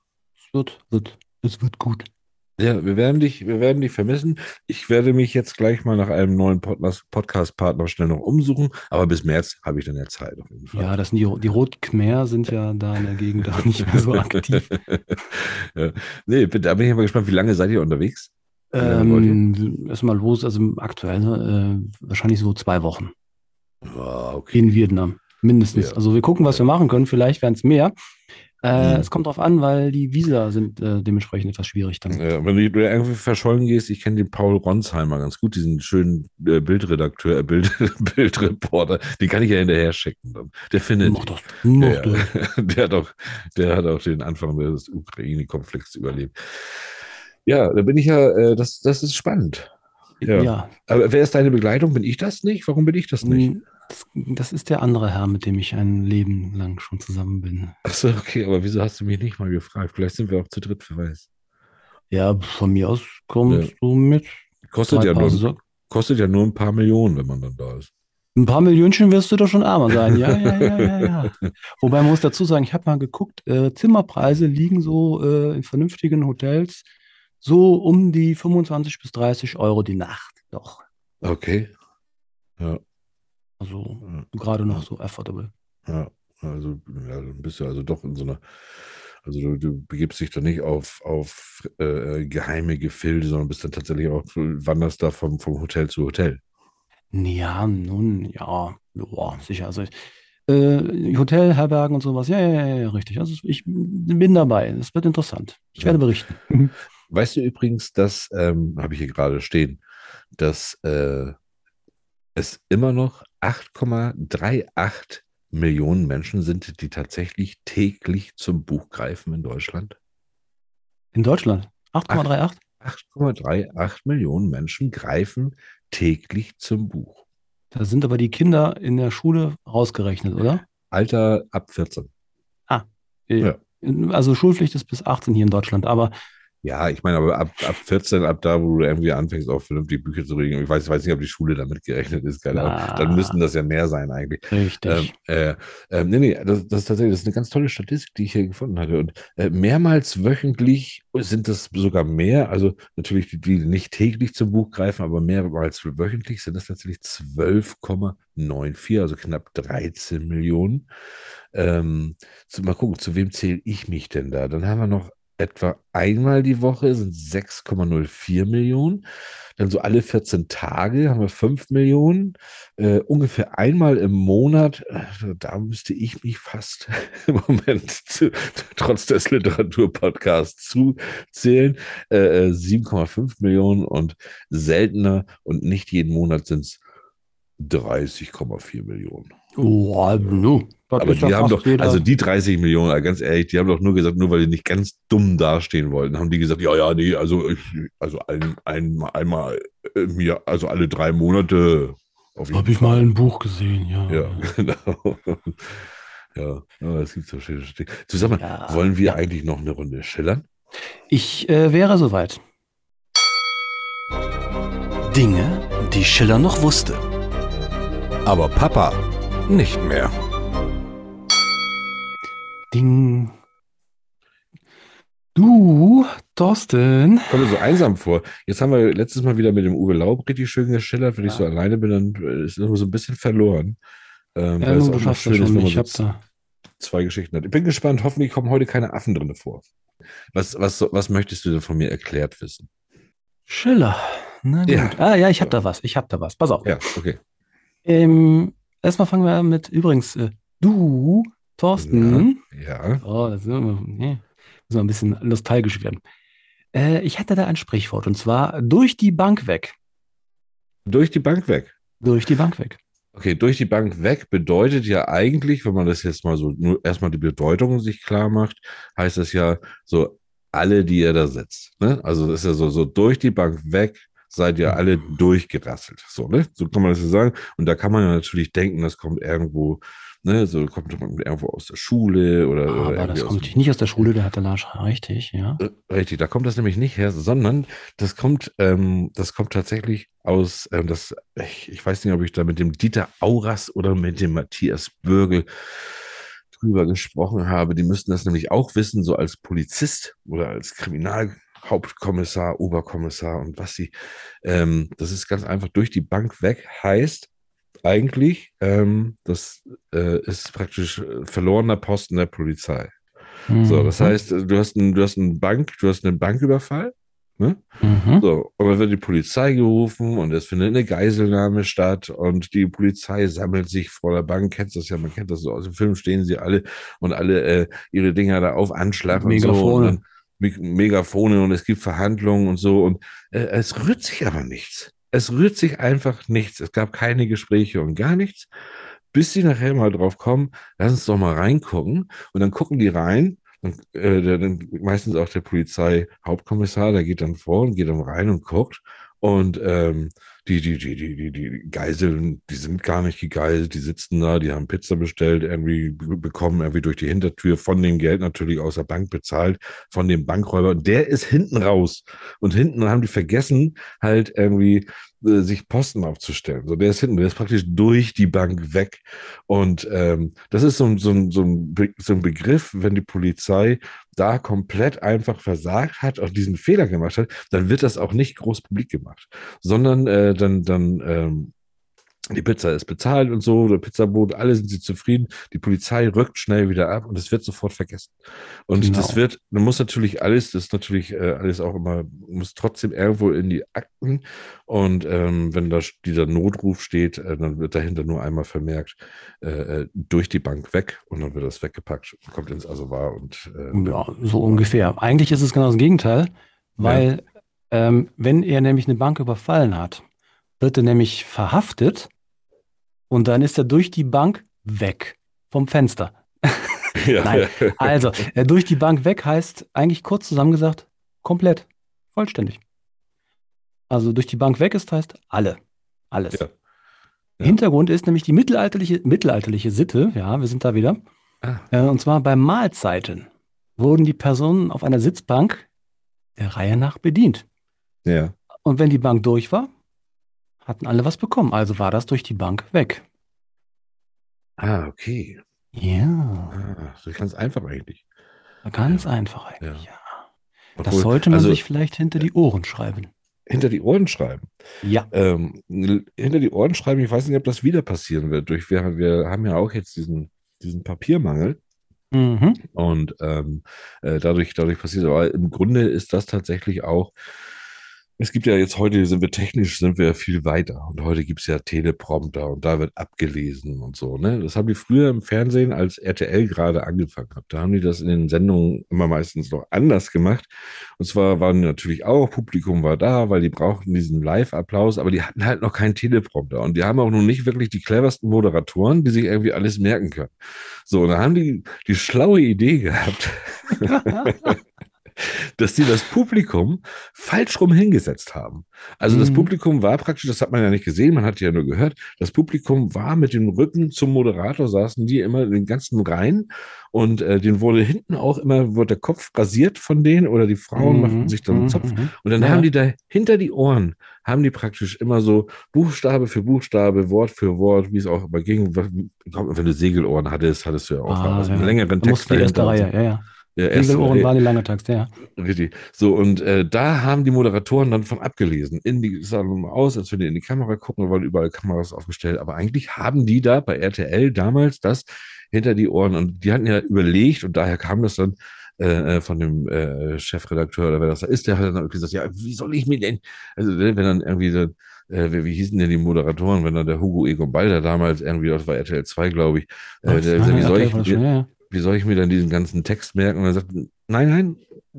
B: es wird gut.
A: Ja, wir werden dich vermissen. Ich werde mich jetzt gleich mal nach einem neuen Podcast-Partner schnell noch umsuchen, aber bis März habe ich dann ja Zeit auf jeden Fall.
B: Ja, das sind die Rot-Khmer sind ja da in der Gegend auch nicht mehr so aktiv.
A: Ja. Nee, da bin ich mal gespannt, wie lange seid ihr unterwegs? Wie lange wollt ihr?
B: Erstmal los, also aktuell wahrscheinlich so 2 Wochen
A: Ah, okay.
B: in Vietnam, mindestens.
A: Ja.
B: Also wir gucken, was wir machen können, vielleicht werden es mehr.
A: Mhm.
B: Es kommt drauf an, weil die Visa sind dementsprechend etwas schwierig dann.
A: Ja, wenn du irgendwie verschollen gehst, ich kenne den Paul Ronsheimer ganz gut, diesen schönen Bildredakteur, Bildreporter, den kann ich ja hinterher schicken dann. Der findet
B: Mach
A: dich.
B: das. Mach das.
A: Der hat auch den Anfang des Ukraine-Konflikts überlebt. Ja, da bin ich ja, das ist spannend. Ja.
B: Ja.
A: Aber wer ist deine Begleitung? Bin ich das nicht? Warum bin ich das nicht?
B: Das ist der andere Herr, mit dem ich ein Leben lang schon zusammen bin.
A: Achso, okay, aber wieso hast du mich nicht mal gefragt? Vielleicht sind wir auch zu dritt, wer weiß.
B: Ja, von mir aus kommst du mit.
A: Kostet ja nur ein paar Millionen, wenn man dann da ist.
B: Ein paar Millionchen wirst du doch schon armer sein. Ja. Wobei man muss dazu sagen, ich habe mal geguckt, Zimmerpreise liegen so in vernünftigen Hotels so um die 25 bis 30 Euro die Nacht. Doch.
A: Okay. Ja.
B: Also gerade noch so affordable.
A: Ja, also dann bist du also doch in so einer, also du begibst dich doch nicht auf geheime Gefilde, sondern bist dann tatsächlich auch, wanderst da vom Hotel zu Hotel.
B: Ja, nun, ja, sicher. Also Hotel, Herbergen und sowas. Ja, richtig. Also ich bin dabei. Es wird interessant. Ich werde berichten.
A: Weißt du übrigens, dass, habe ich hier gerade stehen, dass es immer noch 8,38 Millionen Menschen sind, die tatsächlich täglich zum Buch greifen in Deutschland?
B: In Deutschland? 8,38?
A: 8,38 Millionen Menschen greifen täglich zum Buch.
B: Da sind aber die Kinder in der Schule rausgerechnet, oder?
A: Alter ab 14.
B: Ja. Also Schulpflicht ist bis 18 hier in Deutschland, aber
A: Ja, ich meine, aber ab 14, ab da, wo du irgendwie anfängst, auch vernünftig Bücher zu regeln. Ich weiß nicht, ob die Schule damit gerechnet ist, keine Ahnung. Dann müssten das ja mehr sein eigentlich.
B: Richtig.
A: Nee, das ist tatsächlich, das ist eine ganz tolle Statistik, die ich hier gefunden hatte. Und mehrmals wöchentlich sind das sogar mehr, also natürlich die nicht täglich zum Buch greifen, aber mehrmals wöchentlich sind das tatsächlich 12,94, also knapp 13 Millionen. Mal gucken, zu wem zähle ich mich denn da? Dann haben wir noch etwa einmal die Woche sind 6,04 Millionen. Dann so alle 14 Tage haben wir 5 Millionen. Ungefähr einmal im Monat, da müsste ich mich fast im Moment trotz des Literaturpodcasts zuzählen. 7,5 Millionen und seltener und nicht jeden Monat sind es 30,4 Millionen. Aber die haben doch, also die 30 Millionen, ganz ehrlich, die haben doch nur gesagt, nur weil die nicht ganz dumm dastehen wollten, haben die gesagt, nee, also einmal mir, also alle 3 Monate.
B: Habe ich mal ein Buch gesehen, ja.
A: Ja, genau. Ja, es gibt so schöne Dinge. Sag mal, wollen wir eigentlich noch eine Runde schillern?
B: Ich wäre soweit.
C: Dinge, die Schiller noch wusste. Aber Papa nicht mehr.
B: Ding. Du, Thorsten.
A: Kommt mir so einsam vor. Jetzt haben wir letztes Mal wieder mit dem Uwe Laub richtig schön geschillert. Wenn ich so alleine bin, dann ist es immer so ein bisschen verloren. Weil es auch mal schön ist, wenn man so 2 Geschichten hat. Ich bin gespannt. Hoffentlich kommen heute keine Affen drin vor. Was möchtest du denn von mir erklärt wissen?
B: Schiller. Na gut.
A: Ja.
B: Ich habe da was. Pass auf.
A: Ja, okay.
B: Erstmal fangen wir mit, übrigens, du, Thorsten.
A: Ja.
B: Oh, das müssen wir ein bisschen nostalgisch werden. Ich hätte da ein Sprichwort, und zwar durch die Bank weg.
A: Durch die Bank weg.
B: Durch die Bank weg.
A: Okay, durch die Bank weg bedeutet ja eigentlich, wenn man das jetzt mal so nur erstmal die Bedeutung sich klar macht, heißt das ja so alle, die ihr da sitzt. Ne? Also das ist ja so durch die Bank weg seid ihr alle durchgerasselt. So, ne? So kann man das ja sagen. Und da kann man ja natürlich denken, das kommt irgendwo, ne, so kommt irgendwo aus der Schule oder
B: Aber
A: irgendwie
B: das
A: aus
B: kommt nicht aus der Schule, der hat der Lars richtig, ja.
A: Richtig, da kommt das nämlich nicht her, sondern das kommt tatsächlich aus, ich weiß nicht, ob ich da mit dem Dieter Auras oder mit dem Matthias Bürgel drüber gesprochen habe. Die müssten das nämlich auch wissen, so als Polizist oder als Kriminalhauptkommissar, Oberkommissar und was sie. Das ist ganz einfach durch die Bank weg, heißt eigentlich, das ist praktisch verlorener Posten der Polizei. So, das heißt, du hast einen Banküberfall, ne? So, und dann wird die Polizei gerufen und es findet eine Geiselnahme statt und die Polizei sammelt sich vor der Bank. Kennst du das ja, man kennt das so aus dem Film, stehen sie alle und alle ihre Dinger da auf Anschlag und so und dann Megafone und es gibt Verhandlungen und so und es rührt sich aber nichts. Es rührt sich einfach nichts. Es gab keine Gespräche und gar nichts, bis sie nachher mal drauf kommen, lass uns doch mal reingucken. Und dann gucken die rein. Und, dann meistens auch der Polizeihauptkommissar, der geht dann vor und geht dann rein und guckt. Und die Geiseln, die sind gar nicht gegeiselt, die sitzen da, die haben Pizza bestellt, irgendwie bekommen irgendwie durch die Hintertür von dem Geld natürlich aus der Bank bezahlt, von dem Bankräuber. Und der ist hinten raus. Und hinten haben die vergessen, halt irgendwie sich Posten aufzustellen. So, der ist hinten, der ist praktisch durch die Bank weg. Und das ist so ein Begriff, wenn die Polizei da komplett einfach versagt hat und diesen Fehler gemacht hat, dann wird das auch nicht groß publik gemacht, sondern die Pizza ist bezahlt und so, der Pizzabote, alle sind sie zufrieden, die Polizei rückt schnell wieder ab und es wird sofort vergessen. Und das wird, man muss natürlich alles, das ist natürlich alles auch immer, muss trotzdem irgendwo in die Akten und wenn da dieser Notruf steht, dann wird dahinter nur einmal vermerkt, durch die Bank weg und dann wird das weggepackt, kommt ins Assoir und
B: ja, so ungefähr. Eigentlich ist es genau das Gegenteil, weil wenn er nämlich eine Bank überfallen hat, wird er nämlich verhaftet und dann ist er durch die Bank weg vom Fenster.
A: Ja.
B: Nein, also durch die Bank weg heißt eigentlich kurz zusammengesagt, komplett, vollständig. Also durch die Bank weg ist heißt alles.
A: Ja.
B: Hintergrund ist nämlich die mittelalterliche Sitte, ja, wir sind da wieder. Und zwar bei Mahlzeiten wurden die Personen auf einer Sitzbank der Reihe nach bedient.
A: Ja.
B: Und wenn die Bank durch war, hatten alle was bekommen. Also war das durch die Bank weg.
A: Okay.
B: Ja.
A: So ganz einfach eigentlich.
B: Ganz einfach eigentlich, ja. Das
A: Obwohl,
B: sollte man sich vielleicht hinter die Ohren schreiben.
A: Hinter die Ohren schreiben?
B: Ja.
A: Hinter die Ohren schreiben, ich weiß nicht, ob das wieder passieren wird. Wir haben ja auch jetzt diesen Papiermangel. Und dadurch passiert, aber im Grunde ist das tatsächlich auch, es gibt ja jetzt heute, sind wir viel weiter und heute gibt es ja Teleprompter und da wird abgelesen und so, ne? Das haben die früher im Fernsehen, als RTL gerade angefangen hat. Da haben die das in den Sendungen immer meistens noch anders gemacht. Und zwar waren natürlich auch, Publikum war da, weil die brauchten diesen Live-Applaus, aber die hatten halt noch keinen Teleprompter und die haben auch noch nicht wirklich die cleversten Moderatoren, die sich irgendwie alles merken können. So, und da haben die schlaue Idee gehabt, dass die das Publikum falsch rum hingesetzt haben. Also das Publikum war praktisch, das hat man ja nicht gesehen, man hat ja nur gehört, das Publikum war mit dem Rücken zum Moderator, saßen die immer in den ganzen Reihen und denen wurde hinten auch immer, wurde der Kopf rasiert von denen oder die Frauen machten sich dann einen Zopf und dann haben die da hinter die Ohren, haben die praktisch immer so Buchstabe für Buchstabe, Wort für Wort, wie es auch immer ging. Wenn du Segelohren hattest du ja auch einen längeren Text
B: dahinter. Die erste Reihe, ja. Segelohren waren die lange Texte, ja.
A: Richtig. So, und da haben die Moderatoren dann von abgelesen. Die sahen aus, als wenn die in die Kamera gucken, da waren überall Kameras aufgestellt. Aber eigentlich haben die da bei RTL damals das hinter die Ohren. Und die hatten ja überlegt, und daher kam das dann von dem Chefredakteur oder wer das da ist, der hat dann gesagt, ja, wie soll ich mir denn, also wenn dann irgendwie so, wie hießen denn die Moderatoren, wenn dann der Hugo Egon Balder damals irgendwie, das war RTL 2, glaube ich, wie soll ich mir denn diesen ganzen Text merken? Und er sagt, nein,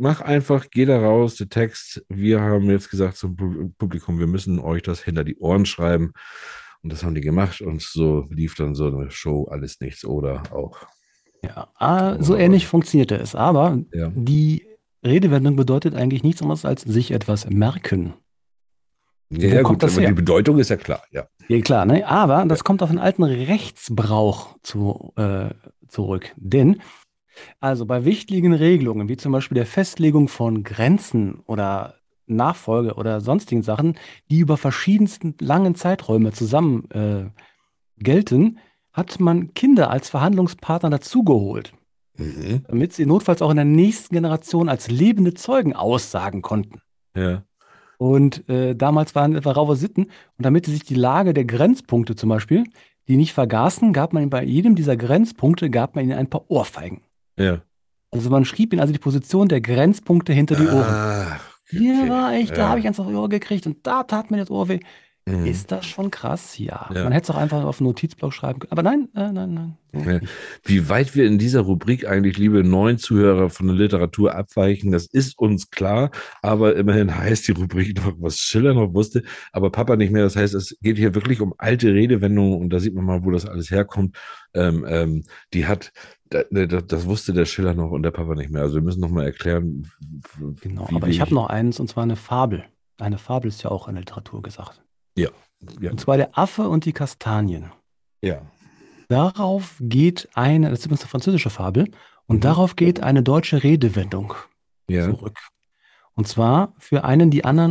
A: mach einfach, geh da raus, der Text. Wir haben jetzt gesagt zum Publikum, wir müssen euch das hinter die Ohren schreiben. Und das haben die gemacht und so lief dann so eine Show, alles nichts oder auch.
B: Ja, so ähnlich funktionierte es. Aber
A: Ja.
B: die Redewendung bedeutet eigentlich nichts anderes als sich etwas merken.
A: Ja,
B: Wo kommt
A: gut,
B: das
A: aber
B: her?
A: die Bedeutung ist ja klar, ja.
B: Ja, klar, ne? Aber das kommt auf einen alten Rechtsbrauch zurück. Denn, also bei wichtigen Regelungen, wie zum Beispiel der Festlegung von Grenzen oder Nachfolge oder sonstigen Sachen, die über verschiedensten langen Zeiträume zusammen gelten, hat man Kinder als Verhandlungspartner dazugeholt,
A: Mhm.
B: damit sie notfalls auch in der nächsten Generation als lebende Zeugen aussagen konnten.
A: Ja.
B: Und damals waren etwa raue Sitten. Und damit sich die Lage der Grenzpunkte zum Beispiel, die nicht vergaßen, gab man ihnen bei jedem dieser Grenzpunkte, gab man ihnen ein paar Ohrfeigen.
A: Ja.
B: Also man schrieb ihnen also die Position der Grenzpunkte hinter die Ohren.
A: Ah,
B: Hier
A: okay.
B: war ich, da
A: Ja.
B: habe ich eins auf die Ohr gekriegt und da tat mir das Ohr weh.
A: Mhm.
B: Ist das schon krass? Ja.
A: Ja.
B: Man hätte es auch einfach auf einen Notizblock schreiben können. Aber nein.
A: Ja. Wie weit wir in dieser Rubrik eigentlich, liebe neuen Zuhörer, von der Literatur abweichen, das ist uns klar, aber immerhin heißt die Rubrik noch, was Schiller noch wusste, aber Papa nicht mehr. Das heißt, es geht hier wirklich um alte Redewendungen und da sieht man mal, wo das alles herkommt. Die hat, das wusste der Schiller noch und der Papa nicht mehr. Also wir müssen noch mal erklären,
B: Genau,
A: wie
B: aber ich habe noch eins, und zwar eine Fabel. Eine Fabel ist ja auch in der Literatur gesagt.
A: Ja.
B: Und zwar der Affe und die Kastanien.
A: Ja.
B: Darauf geht das ist übrigens eine französische Fabel, und
A: Mhm.
B: darauf geht eine deutsche Redewendung
A: Ja.
B: zurück. Und zwar für einen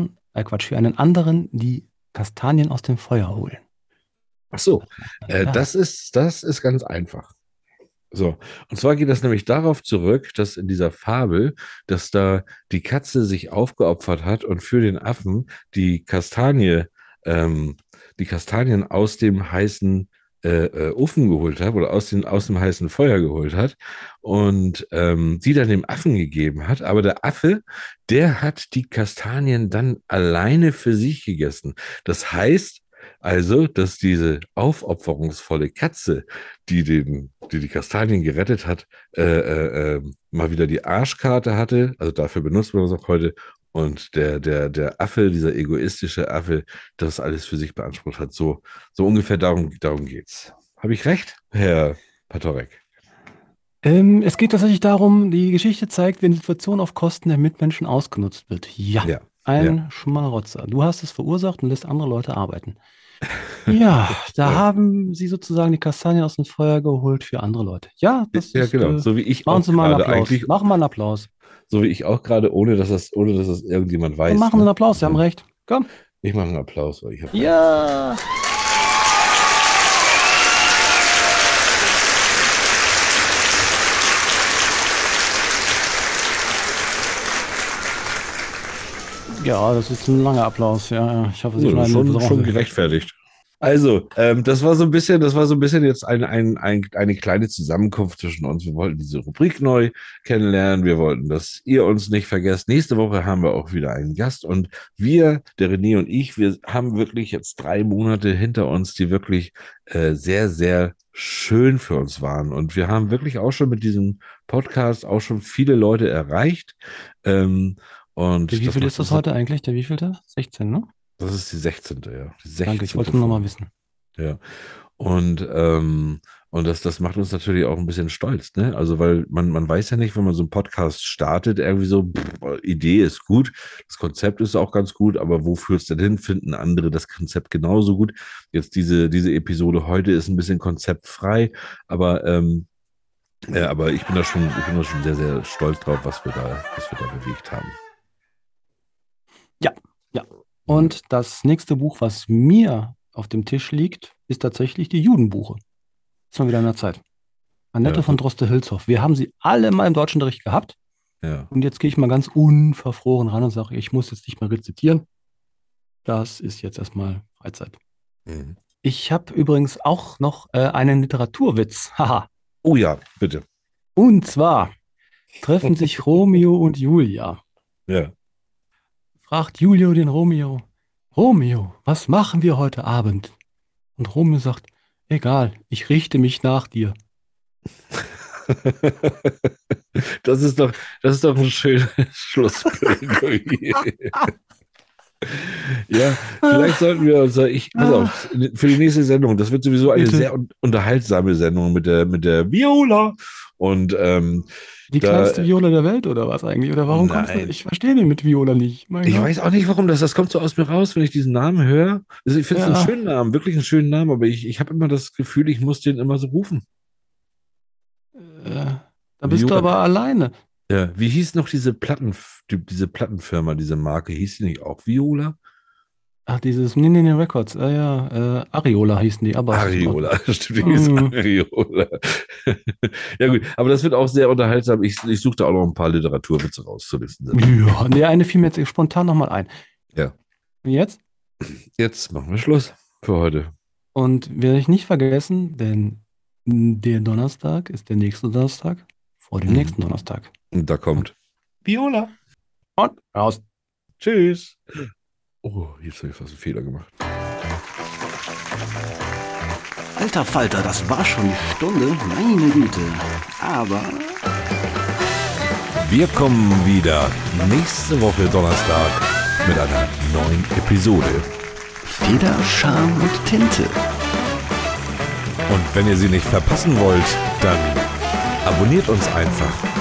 B: anderen die Kastanien aus dem Feuer holen.
A: Ach so,
B: Ja.
A: das ist ganz einfach. So, und zwar geht das nämlich darauf zurück, dass in dieser Fabel, dass da die Katze sich aufgeopfert hat und für den Affen die Kastanien aus dem heißen Ofen geholt hat oder aus dem heißen Feuer geholt hat und die dann dem Affen gegeben hat. Aber der Affe, der hat die Kastanien dann alleine für sich gegessen. Das heißt also, dass diese aufopferungsvolle Katze, die die Kastanien gerettet hat, mal wieder die Arschkarte hatte. Also dafür benutzt man das auch heute. Und der Affe, dieser egoistische Affe, das alles für sich beansprucht hat. So ungefähr darum geht's. Habe ich recht, Herr Patorek?
B: Es geht tatsächlich darum, die Geschichte zeigt, wie eine Situation auf Kosten der Mitmenschen ausgenutzt wird. Ja, ein Schmarotzer. Du hast es verursacht und lässt andere Leute arbeiten. Ja, da haben sie sozusagen die Kastanien aus dem Feuer geholt für andere Leute. Ja, das ist,
A: genau. So wie ich
B: machen
A: auch
B: Sie mal einen
A: gerade
B: Applaus.
A: eigentlich.
B: Machen wir einen Applaus.
A: So wie ich auch gerade, ohne dass das irgendjemand weiß.
B: Wir machen einen Applaus, Sie haben recht. Komm.
A: Ich mache einen Applaus, weil ich habe.
B: Ja. Ja, das ist ein langer Applaus. Ja, ich hoffe, Sie schneiden den raus.
A: Schon gerechtfertigt. Also, das war so ein bisschen jetzt eine kleine Zusammenkunft zwischen uns. Wir wollten diese Rubrik neu kennenlernen. Wir wollten, dass ihr uns nicht vergesst. Nächste Woche haben wir auch wieder einen Gast und wir, der René und ich, wir haben wirklich jetzt 3 Monate hinter uns, die wirklich sehr, sehr schön für uns waren. Und wir haben wirklich auch schon mit diesem Podcast auch schon viele Leute erreicht. Und
B: Wie viel ist das heute eigentlich? Der wievielte? 16, ne?
A: Das ist die 16. Ja. Die 16.
B: Danke, ich wollte nur noch mal wissen.
A: Ja. Und das macht uns natürlich auch ein bisschen stolz, ne? Also, weil man weiß ja nicht, wenn man so einen Podcast startet, irgendwie so, Idee ist gut, das Konzept ist auch ganz gut, aber wo führt es denn hin? Finden andere das Konzept genauso gut? Jetzt diese Episode heute ist ein bisschen konzeptfrei, aber ich bin da schon sehr, sehr stolz drauf, was wir da bewegt haben.
B: Ja. Und das nächste Buch, was mir auf dem Tisch liegt, ist tatsächlich die Judenbuche. Ist mal wieder in der Zeit. Annette von Droste-Hülshoff. Wir haben sie alle mal im Deutschunterricht gehabt.
A: Ja.
B: Und jetzt gehe ich mal ganz unverfroren ran und sage, ich muss jetzt nicht mehr rezitieren. Das ist jetzt erstmal Freizeit.
A: Mhm.
B: Ich habe übrigens auch noch einen Literaturwitz. Haha.
A: Oh ja, bitte.
B: Und zwar treffen sich Romeo und Julia.
A: Ja.
B: Fragt Julio den Romeo: Romeo, was machen wir heute Abend? Und Romeo sagt: Egal, ich richte mich nach dir.
A: Das ist doch ein schönes Schlussplädoyer. Ja, vielleicht sollten wir uns, pass auf, für die nächste Sendung, das wird sowieso eine
B: Bitte.
A: sehr unterhaltsame Sendung mit der Viola. Und
B: Die kleinste Viola der Welt oder was eigentlich? Oder warum kommst du?
A: Nein.
B: Ich verstehe den mit Viola nicht. Mein
A: ich
B: Gott.
A: weiß auch nicht, warum das kommt so aus mir raus, wenn ich diesen Namen höre. Also ich finde es
B: Ja.
A: einen schönen Namen, wirklich einen schönen Namen, aber ich habe immer das Gefühl, ich muss den immer so rufen.
B: Da bist du
A: Viola.
B: aber alleine.
A: Ja, wie hieß noch diese Plattenfirma, diese Marke, hieß die nicht auch Viola?
B: Ach, dieses Nee, Records. Ariola hießen die. Aber
A: Ariola, stimmt, die hieß
B: Mhm.
A: Ariola. Ja gut, aber das wird auch sehr unterhaltsam. Ich suche da auch noch ein paar Literaturwitze raus zur nächsten Sendung.
B: Ja, nee, eine fiel mir jetzt spontan nochmal ein.
A: Ja.
B: Und jetzt?
A: Jetzt machen wir Schluss für heute.
B: Und werde ich nicht vergessen, denn der Donnerstag ist der nächste Donnerstag vor dem
A: Mhm.
B: nächsten Donnerstag.
A: Und da kommt Viola.
B: Und raus.
A: Tschüss. Oh, jetzt habe ich fast einen Fehler gemacht.
C: Alter Falter, das war schon die Stunde. Meine Güte. Aber
A: Wir kommen wieder nächste Woche Donnerstag mit einer neuen Episode.
C: Feder, Charme und Tinte.
A: Und wenn ihr sie nicht verpassen wollt, dann abonniert uns einfach.